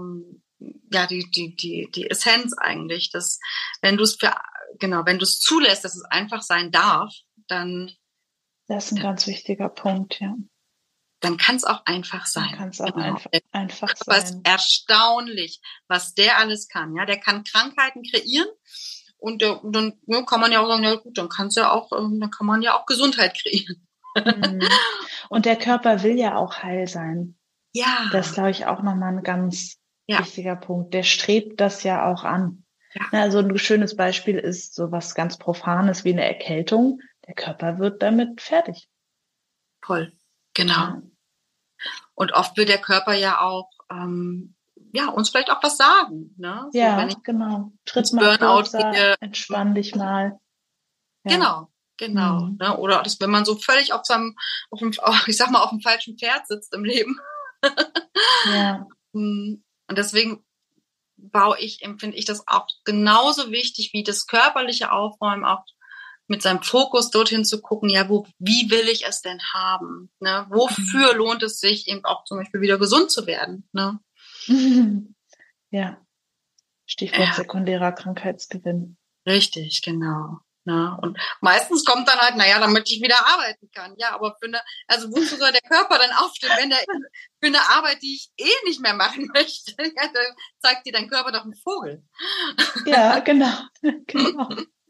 die Essenz eigentlich, dass wenn du es zulässt, dass es einfach sein darf, dann.
Das ist ein ganz wichtiger Punkt, ja.
Dann kann es auch einfach sein.
Kann es auch einfach sein.
Aber es ist erstaunlich, was der alles kann. Ja, der kann Krankheiten kreieren und dann kann man ja auch sagen, ja gut, dann kann man ja auch Gesundheit kreieren.
Und der Körper will ja auch heil sein.
Ja.
Das ist, glaube ich, auch nochmal ein ganz wichtiger Punkt. Der strebt das ja auch an. Ja. Also ein schönes Beispiel ist so was ganz Profanes wie eine Erkältung. Der Körper wird damit fertig.
Voll, genau. Ja. Und oft will der Körper ja auch uns vielleicht auch was sagen. Ne? So,
ja, genau. Tritt mal kürzer, entspann dich mal.
Ja. Genau. Ne? Oder wenn man so völlig auf dem falschen Pferd sitzt im Leben.
Ja.
Und deswegen empfinde ich das auch genauso wichtig wie das körperliche Aufräumen, auch mit seinem Fokus dorthin zu gucken, wie will ich es denn haben? Ne? Wofür lohnt es sich, eben auch zum Beispiel wieder gesund zu werden? Ne?
Ja. Stichwort sekundärer Krankheitsgewinn.
Richtig, genau. Ne? Und meistens kommt dann halt, damit ich wieder arbeiten kann. Ja, aber wozu soll der Körper dann aufstehen, wenn der für eine Arbeit, die ich nicht mehr machen möchte, dann zeigt dir dein Körper doch einen Vogel.
Ja, genau. Genau.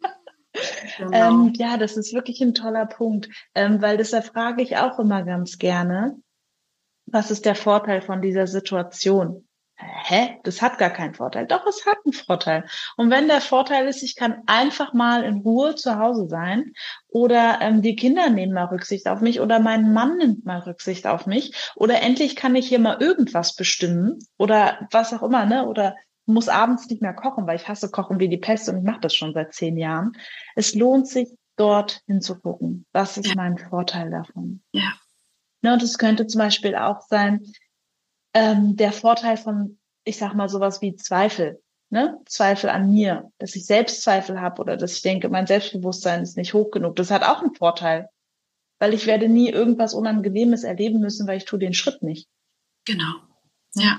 Das ist wirklich ein toller Punkt, weil deshalb frage ich auch immer ganz gerne, was ist der Vorteil von dieser Situation? Das hat gar keinen Vorteil. Doch, es hat einen Vorteil. Und wenn der Vorteil ist, ich kann einfach mal in Ruhe zu Hause sein oder die Kinder nehmen mal Rücksicht auf mich oder mein Mann nimmt mal Rücksicht auf mich oder endlich kann ich hier mal irgendwas bestimmen oder was auch immer, ne? Oder muss abends nicht mehr kochen, weil ich hasse Kochen wie die Pest und ich mache das schon seit 10 Jahren. Es lohnt sich, dort hinzugucken. Was ist mein Vorteil davon?
Ja.
Ne, und es könnte zum Beispiel auch sein, der Vorteil von, ich sag mal, sowas wie Zweifel, ne? Zweifel an mir, dass ich Selbstzweifel habe oder dass ich denke, mein Selbstbewusstsein ist nicht hoch genug. Das hat auch einen Vorteil, weil ich werde nie irgendwas Unangenehmes erleben müssen, weil ich tue den Schritt nicht.
Genau, ja.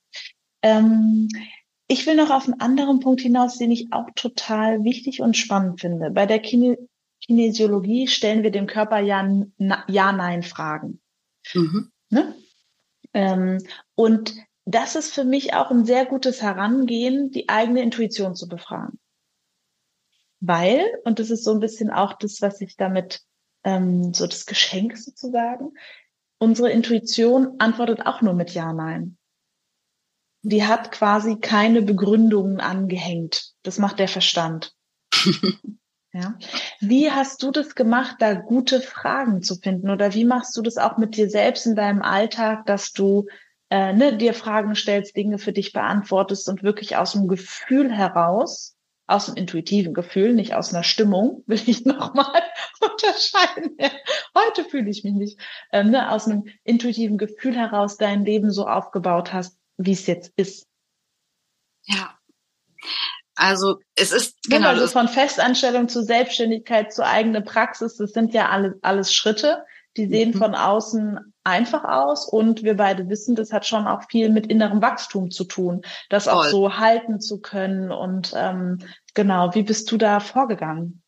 Ich will noch auf einen anderen Punkt hinaus, den ich auch total wichtig und spannend finde. Bei der Kinesiologie stellen wir dem Körper Ja-Nein-Fragen. Ne? Und das ist für mich auch ein sehr gutes Herangehen, die eigene Intuition zu befragen. Weil, und das ist so ein bisschen auch das, was ich damit, so das Geschenk sozusagen, unsere Intuition antwortet auch nur mit Ja, Nein. Die hat quasi keine Begründungen angehängt. Das macht der Verstand. Ja. Wie hast du das gemacht, da gute Fragen zu finden? Oder wie machst du das auch mit dir selbst in deinem Alltag, dass du dir Fragen stellst, Dinge für dich beantwortest und wirklich aus dem Gefühl heraus, aus dem intuitiven Gefühl, nicht aus einer Stimmung, will ich nochmal unterscheiden. Ja, heute fühle ich mich nicht. Aus einem intuitiven Gefühl heraus dein Leben so aufgebaut hast, wie es jetzt ist.
Ja. Also es ist
genau. Also von Festanstellung zu Selbstständigkeit zu eigene Praxis, das sind ja alles Schritte, die sehen von außen einfach aus und wir beide wissen, das hat schon auch viel mit innerem Wachstum zu tun, das auch so halten zu können und genau, wie bist du da vorgegangen?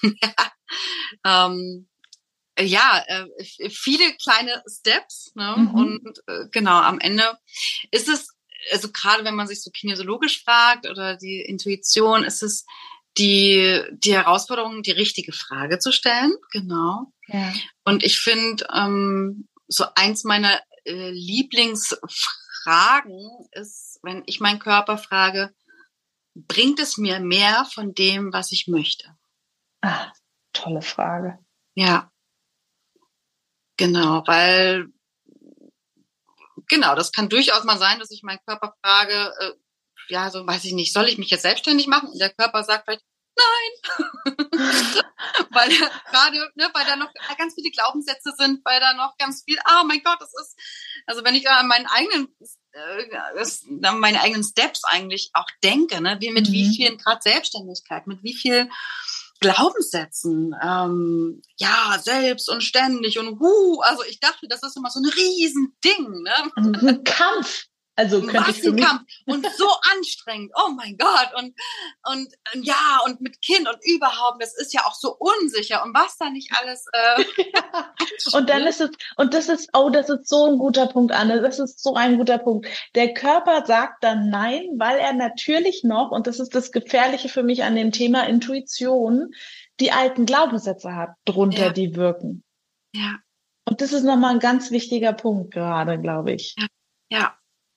Viele kleine Steps, ne? Und genau, am Ende ist es, also gerade wenn man sich so kinesiologisch fragt oder die Intuition, ist es die Herausforderung, die richtige Frage zu stellen, genau.
Ja.
Und ich finde, so eins meiner Lieblingsfragen ist, wenn ich meinen Körper frage, bringt es mir mehr von dem, was ich möchte?
Ah, tolle Frage.
Ja. Genau, weil das kann durchaus mal sein, dass ich meinen Körper frage, so weiß ich nicht, soll ich mich jetzt selbstständig machen? Und der Körper sagt vielleicht, nein, weil weil da noch ganz viele Glaubenssätze sind, weil da noch ganz viel, oh mein Gott, das ist, also wenn ich an meine eigenen Steps eigentlich auch denke, ne, mit wie vielen Grad Selbstständigkeit, mit wie viel Glaubenssätzen, selbst und ständig und also ich dachte, das ist immer so ein Riesending, ne?
Ein Kampf. Also könnte ich für mich.
Kampf und so anstrengend. Oh mein Gott. Und mit Kind und überhaupt, das ist ja auch so unsicher und was da nicht alles.
Und dann ist es, und das ist so ein guter Punkt, Anne. Das ist so ein guter Punkt. Der Körper sagt dann nein, weil er natürlich noch, und das ist das Gefährliche für mich an dem Thema Intuition, die alten Glaubenssätze hat, drunter, die wirken.
Ja.
Und das ist nochmal ein ganz wichtiger Punkt gerade, glaube ich.
Ja.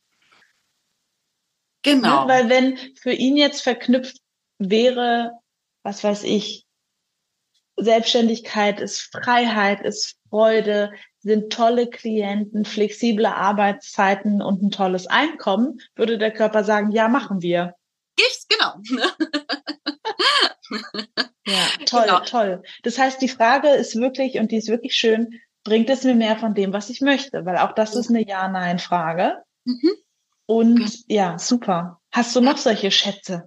Genau.
Ja, weil wenn für ihn jetzt verknüpft wäre, was weiß ich, Selbstständigkeit ist Freiheit, ist Freude, sind tolle Klienten, flexible Arbeitszeiten und ein tolles Einkommen, würde der Körper sagen, ja, machen wir.
Genau.
Ja, toll, toll. Das heißt, die Frage ist wirklich, und die ist wirklich schön, bringt es mir mehr von dem, was ich möchte? Weil auch das ist eine Ja-Nein-Frage. Und ja, super. Hast du noch solche Schätze?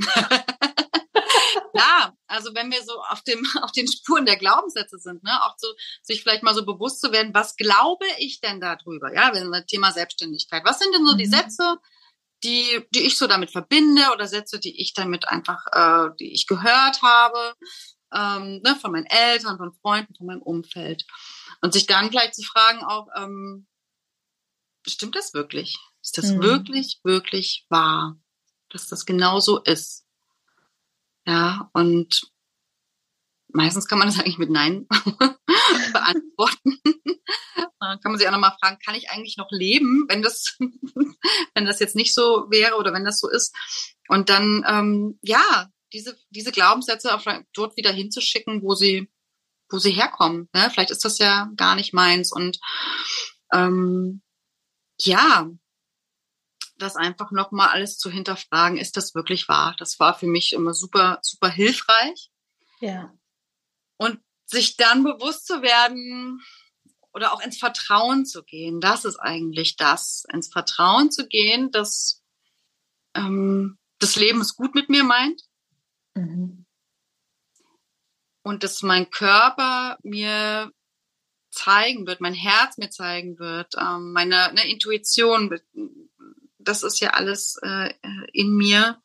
Ja, also wenn wir so auf den Spuren der Glaubenssätze sind, ne, auch so sich vielleicht mal so bewusst zu werden, was glaube ich denn darüber? Ja, wenn wir Thema Selbstständigkeit. Was sind denn so die Sätze, die ich so damit verbinde oder Sätze, die ich damit einfach, die ich gehört habe, von meinen Eltern, von Freunden, von meinem Umfeld. Und sich dann gleich zu fragen auch, stimmt das wirklich? Ist das wirklich, wirklich wahr? Dass das genau so ist? Ja, und meistens kann man das eigentlich mit Nein beantworten. Dann kann man sich auch nochmal fragen, kann ich eigentlich noch leben, wenn das jetzt nicht so wäre oder wenn das so ist? Und dann, diese Glaubenssätze auch dort wieder hinzuschicken, wo sie herkommen. Ne? Vielleicht ist das ja gar nicht meins. Und das einfach nochmal alles zu hinterfragen, ist das wirklich wahr? Das war für mich immer super, super hilfreich.
Ja.
Und sich dann bewusst zu werden oder auch ins Vertrauen zu gehen, das ist eigentlich das, ins Vertrauen zu gehen, dass das Leben es gut mit mir meint und dass mein Körper mir zeigen wird, mein Herz mir zeigen wird, meine Intuition, das ist ja alles in mir,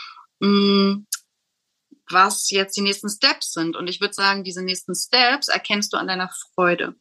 was jetzt die nächsten Steps sind. Und ich würde sagen, diese nächsten Steps erkennst du an deiner Freude.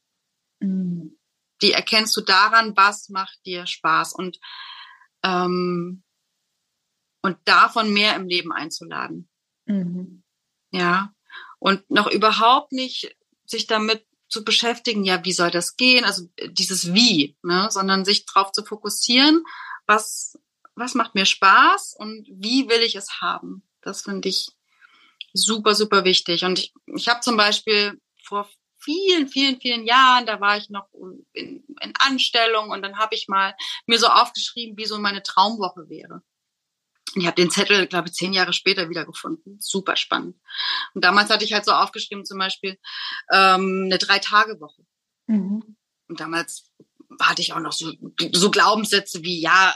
Die erkennst du daran, was macht dir Spaß und davon mehr im Leben einzuladen. Ja. Und noch überhaupt nicht sich damit zu beschäftigen, ja, wie soll das gehen? Also dieses Wie, ne? Sondern sich darauf zu fokussieren, was macht mir Spaß und wie will ich es haben? Das finde ich super, super wichtig. Und ich habe zum Beispiel vor vielen, vielen, vielen Jahren, da war ich noch in Anstellung und dann habe ich mal mir so aufgeschrieben, wie so meine Traumwoche wäre. Und ich habe den Zettel, glaube ich, 10 Jahre später wiedergefunden. Super spannend. Und damals hatte ich halt so aufgeschrieben, zum Beispiel eine 3-Tage-Woche.
Mhm.
Und damals hatte ich auch noch so Glaubenssätze wie, ja,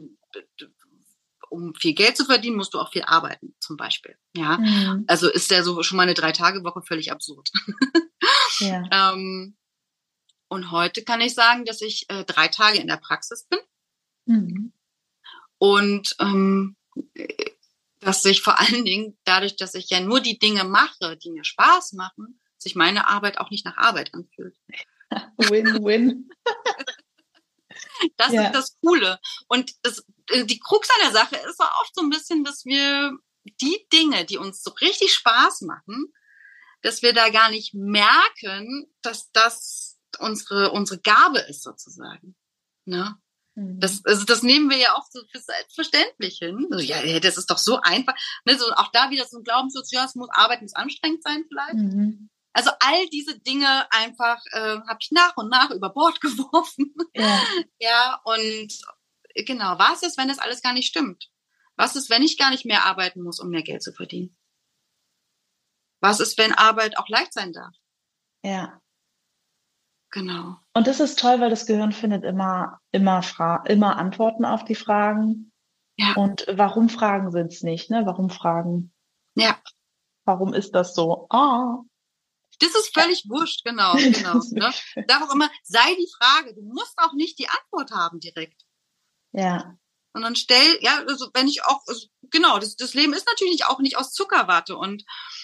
um viel Geld zu verdienen, musst du auch viel arbeiten, zum Beispiel. Ja, also ist ja so schon mal eine 3-Tage-Woche völlig absurd.
Ja.
Und heute kann ich sagen, dass ich 3 Tage in der Praxis bin.
Mhm.
Und dass sich vor allen Dingen dadurch, dass ich ja nur die Dinge mache, die mir Spaß machen, sich meine Arbeit auch nicht nach Arbeit anfühlt.
Win-win.
Das ist das Coole. Und die Krux an der Sache ist auch oft so ein bisschen, dass wir die Dinge, die uns so richtig Spaß machen, dass wir da gar nicht merken, dass das unsere Gabe ist sozusagen. Ne? Das nehmen wir ja auch so für selbstverständlich hin. Also, ja, das ist doch so einfach. Ne, so auch da wieder so ein Glaubenssatz, ja, Arbeiten muss anstrengend sein vielleicht.
Mhm.
Also all diese Dinge einfach habe ich nach und nach über Bord geworfen. Ja, und genau, was ist, wenn das alles gar nicht stimmt? Was ist, wenn ich gar nicht mehr arbeiten muss, um mehr Geld zu verdienen? Was ist, wenn Arbeit auch leicht sein darf?
Ja.
Genau.
Und das ist toll, weil das Gehirn findet immer Antworten auf die Fragen.
Ja.
Und warum Fragen sind es nicht, ne? Warum Fragen?
Ja.
Warum ist das so?
Das ist völlig wurscht, genau. Ne? Sag auch immer, sei die Frage. Du musst auch nicht die Antwort haben direkt.
Ja.
Sondern also wenn ich auch, also, genau, das Leben ist natürlich auch nicht aus Zuckerwatte und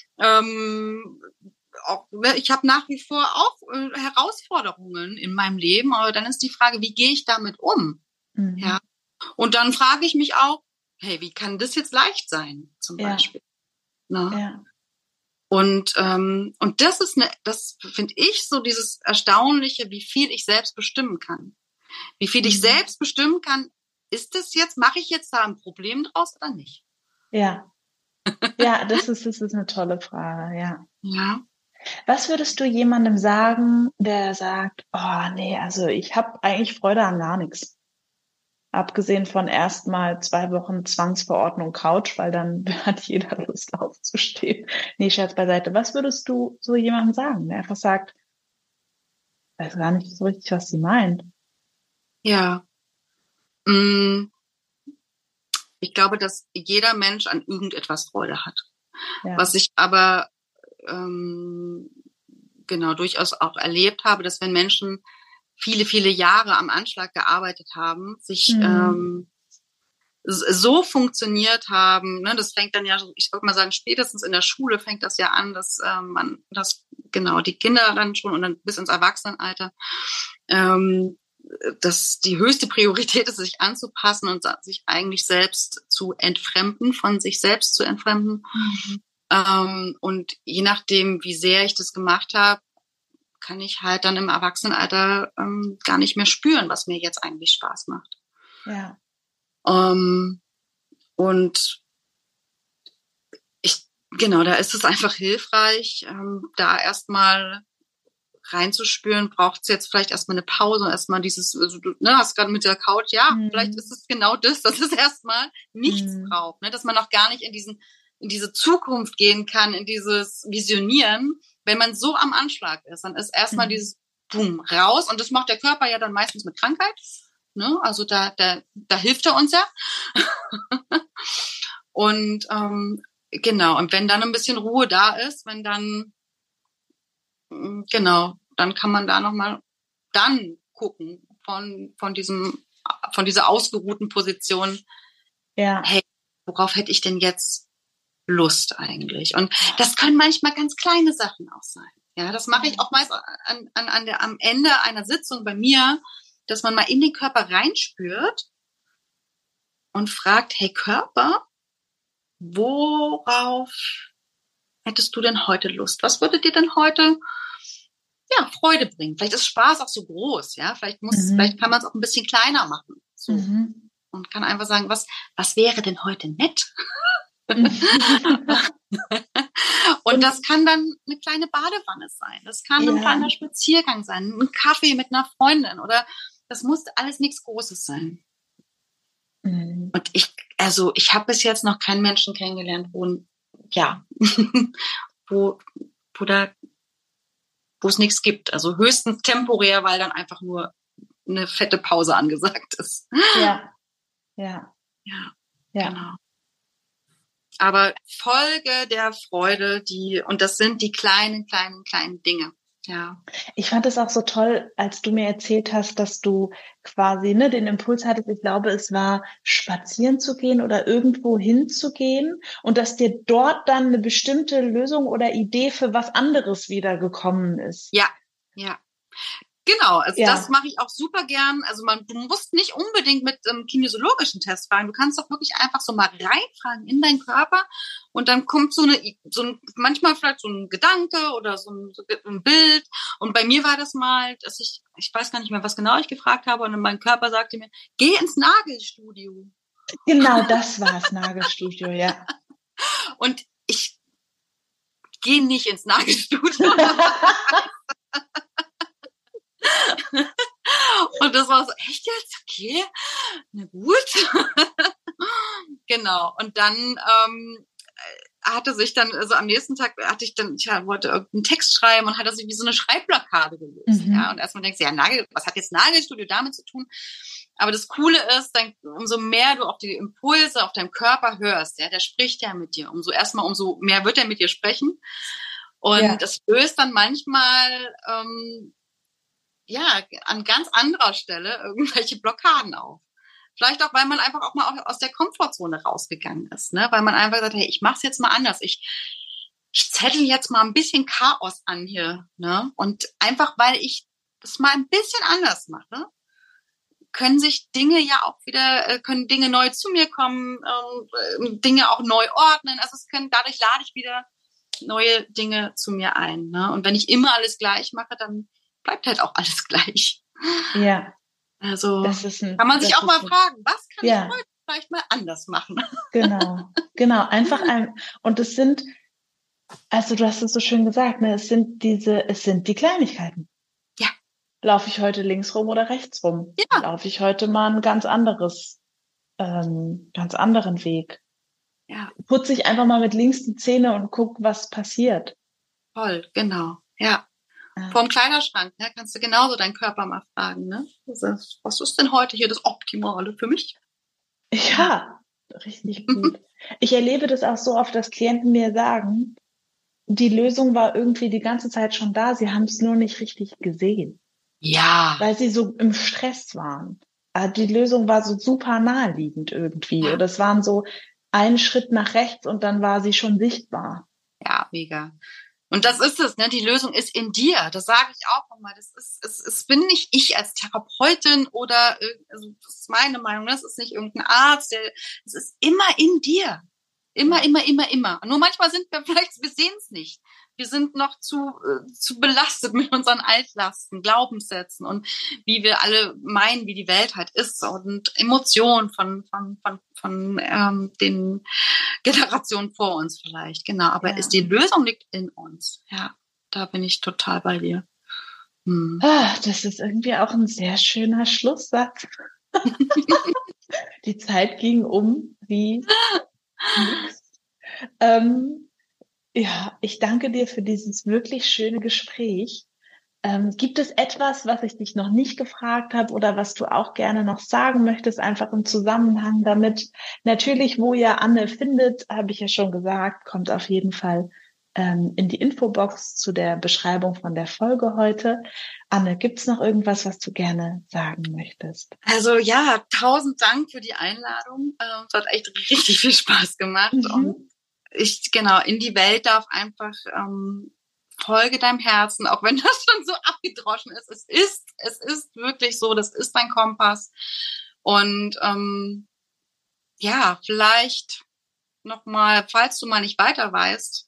auch, ich habe nach wie vor auch Herausforderungen in meinem Leben, aber dann ist die Frage, wie gehe ich damit um?
Mhm.
Ja. Und dann frage ich mich auch, hey, wie kann das jetzt leicht sein, zum Beispiel? Ne?
Ja.
Und das finde ich so dieses Erstaunliche, wie viel ich selbst bestimmen kann. Wie viel ich selbst bestimmen kann, mache ich jetzt da ein Problem draus oder nicht?
Ja. Ja, das ist eine tolle Frage, ja.
Ja.
Was würdest du jemandem sagen, der sagt, oh nee, also ich habe eigentlich Freude an gar nichts. Abgesehen von erstmal 2 Wochen Zwangsverordnung Couch, weil dann hat jeder Lust aufzustehen. Nee, Scherz beiseite. Was würdest du so jemandem sagen, der einfach sagt, weiß gar nicht so richtig, was sie meint?
Ja. Ich glaube, dass jeder Mensch an irgendetwas Freude hat. Ja. Was ich aber genau durchaus auch erlebt habe, dass wenn Menschen viele, viele Jahre am Anschlag gearbeitet haben, sich so funktioniert haben, ne, das fängt dann ja, ich würde mal sagen, spätestens in der Schule fängt das ja an, dass die Kinder dann schon und dann bis ins Erwachsenenalter, dass die höchste Priorität ist, sich anzupassen und sich eigentlich selbst zu entfremden, von sich selbst zu entfremden. Und je nachdem, wie sehr ich das gemacht habe, kann ich halt dann im Erwachsenenalter gar nicht mehr spüren, was mir jetzt eigentlich Spaß macht.
Ja.
Und da ist es einfach hilfreich, da erstmal reinzuspüren, braucht es jetzt vielleicht erstmal eine Pause, erstmal dieses, also du hast gerade mit der Couch, vielleicht ist es genau das, dass es erstmal nichts braucht, ne? Dass man auch gar nicht in diese Zukunft gehen kann, in dieses Visionieren, wenn man so am Anschlag ist, dann ist erstmal dieses Boom raus und das macht der Körper ja dann meistens mit Krankheit, ne? Also da hilft er uns ja. Und genau, und wenn dann ein bisschen Ruhe da ist, wenn dann dann kann man da nochmal dann gucken von dieser ausgeruhten Position.
Ja.
Hey, worauf hätte ich denn jetzt Lust eigentlich? Und das können manchmal ganz kleine Sachen auch sein. Ja, das mache ich auch meist am Ende einer Sitzung bei mir, dass man mal in den Körper reinspürt und fragt, hey Körper, worauf hättest du denn heute Lust? Was würde dir denn heute Freude bringen? Vielleicht ist Spaß auch so groß, ja. Vielleicht kann man es auch ein bisschen kleiner machen. So. Und kann einfach sagen, was wäre denn heute nett? Und das kann dann eine kleine Badewanne sein. Das kann ein kleiner Spaziergang sein, ein Kaffee mit einer Freundin oder das muss alles nichts Großes sein. Und ich habe bis jetzt noch keinen Menschen kennengelernt, wo es nichts gibt. Also höchstens temporär, weil dann einfach nur eine fette Pause angesagt ist.
Ja.
Genau. Aber Folge der Freude, und das sind die kleinen Dinge. Ja.
Ich fand es auch so toll, als du mir erzählt hast, dass du quasi den Impuls hattest, ich glaube, es war spazieren zu gehen oder irgendwo hinzugehen und dass dir dort dann eine bestimmte Lösung oder Idee für was anderes wieder gekommen ist.
Ja. Genau, also das mache ich auch super gern. Also du musst nicht unbedingt mit kinesiologischen Test fragen. Du kannst doch wirklich einfach so mal reinfragen in deinen Körper und dann kommt manchmal vielleicht so ein Gedanke oder so ein Bild. Und bei mir war das mal, dass ich weiß gar nicht mehr, was genau ich gefragt habe und mein Körper sagte mir, geh ins Nagelstudio.
Genau, das war das Nagelstudio, ja.
Und ich gehe nicht ins Nagelstudio. Und das war so, echt jetzt? Okay, na gut. Genau. Und dann hatte sich dann, also am nächsten Tag wollte irgendeinen Text schreiben und hatte sich wie so eine Schreibblockade gelöst. Ja, und erstmal denkst du, was hat jetzt Nagelstudio damit zu tun? Aber das Coole ist, umso mehr du auch die Impulse auf deinem Körper hörst, der spricht ja mit dir, umso mehr wird er mit dir sprechen. Und das löst dann manchmal an ganz anderer Stelle irgendwelche Blockaden auf. Vielleicht auch, weil man einfach auch mal aus der Komfortzone rausgegangen ist, ne? Weil man einfach sagt, hey, ich mach's jetzt mal anders. Ich zettel jetzt mal ein bisschen Chaos an hier, ne? Und einfach, weil ich das mal ein bisschen anders mache, können Dinge neu zu mir kommen, Dinge auch neu ordnen. Also dadurch lade ich wieder neue Dinge zu mir ein, ne? Und wenn ich immer alles gleich mache, dann bleibt halt auch alles gleich.
Ja.
Also kann man sich auch mal fragen, was kann ich heute vielleicht mal anders machen?
Genau. Einfach und es sind, also du hast es so schön gesagt, ne, es sind die Kleinigkeiten.
Ja.
Laufe ich heute links rum oder rechts rum?
Ja.
Laufe ich heute mal einen ganz anderen Weg?
Ja.
Putze ich einfach mal mit links die Zähne und guck, was passiert.
Voll, genau. Ja. Vorm Kleiderschrank, ne, kannst du genauso deinen Körper mal fragen, ne? Was ist denn heute hier das Optimale für mich?
Ja, richtig gut. Ich erlebe das auch so oft, dass Klienten mir sagen, die Lösung war irgendwie die ganze Zeit schon da, sie haben es nur nicht richtig gesehen.
Ja.
Weil sie so im Stress waren. Die Lösung war so super naheliegend irgendwie.
Ja.
Oder es waren so ein Schritt nach rechts und dann war sie schon sichtbar.
Ja, mega. Und das ist es, ne? Die Lösung ist in dir. Das sage ich auch immer. Es bin nicht ich als Therapeutin oder, also das ist meine Meinung, das ist nicht irgendein Arzt. Es ist immer in dir. Immer. Nur manchmal wir sehen es nicht. Wir sind noch zu belastet mit unseren Altlasten, Glaubenssätzen und wie wir alle meinen, wie die Welt halt ist und Emotionen von den Generationen vor uns vielleicht. Genau, aber die Lösung liegt in uns. Ja, da bin ich total bei dir.
Das ist irgendwie auch ein sehr schöner Schlusssatz. Die Zeit ging um wie nix. Ich danke dir für dieses wirklich schöne Gespräch. Gibt es etwas, was ich dich noch nicht gefragt habe oder was du auch gerne noch sagen möchtest, einfach im Zusammenhang damit? Natürlich, wo ihr Anne findet, habe ich ja schon gesagt, kommt auf jeden Fall in die Infobox zu der Beschreibung von der Folge heute. Anne, gibt's noch irgendwas, was du gerne sagen möchtest?
Also 1000 Dank für die Einladung. Es hat echt richtig viel Spaß gemacht. Und in die Welt darf einfach folge deinem Herzen, auch wenn das schon so abgedroschen ist. Es ist wirklich so, das ist dein Kompass. Und vielleicht nochmal, falls du mal nicht weiter weißt,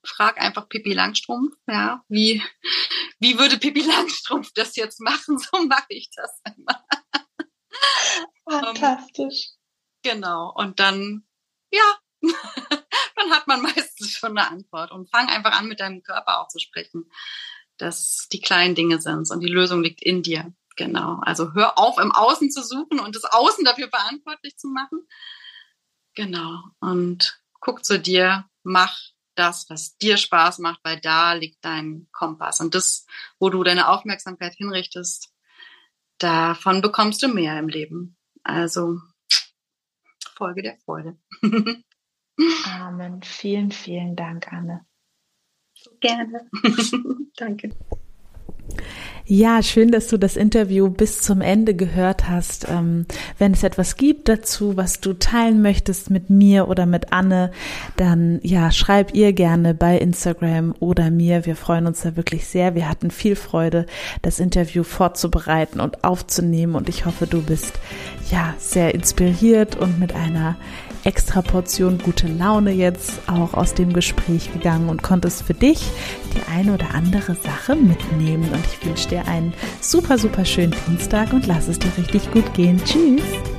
frag einfach Pippi Langstrumpf, ja, wie würde Pippi Langstrumpf das jetzt machen? So mache ich das immer.
Fantastisch.
Genau. Und dann, ja, dann hat man meistens schon eine Antwort. Und fang einfach an, mit deinem Körper auch zu sprechen, dass die kleinen Dinge sind und die Lösung liegt in dir. Genau. Also hör auf, im Außen zu suchen und das Außen dafür verantwortlich zu machen. Genau. Und guck zu dir, mach das, was dir Spaß macht, weil da liegt dein Kompass. Und das, wo du deine Aufmerksamkeit hinrichtest, davon bekommst du mehr im Leben. Also Folge der Freude.
Amen. Vielen, vielen Dank, Anne.
Gerne. Danke.
Ja, schön, dass du das Interview bis zum Ende gehört hast. Wenn es etwas gibt dazu, was du teilen möchtest mit mir oder mit Anne, dann ja, schreib ihr gerne bei Instagram oder mir. Wir freuen uns da wirklich sehr. Wir hatten viel Freude, das Interview vorzubereiten und aufzunehmen und ich hoffe, du bist ja sehr inspiriert und mit einer extra Portion gute Laune jetzt auch aus dem Gespräch gegangen und konntest für dich die eine oder andere Sache mitnehmen. Und ich wünsche dir einen super, super schönen Dienstag und lass es dir richtig gut gehen. Tschüss!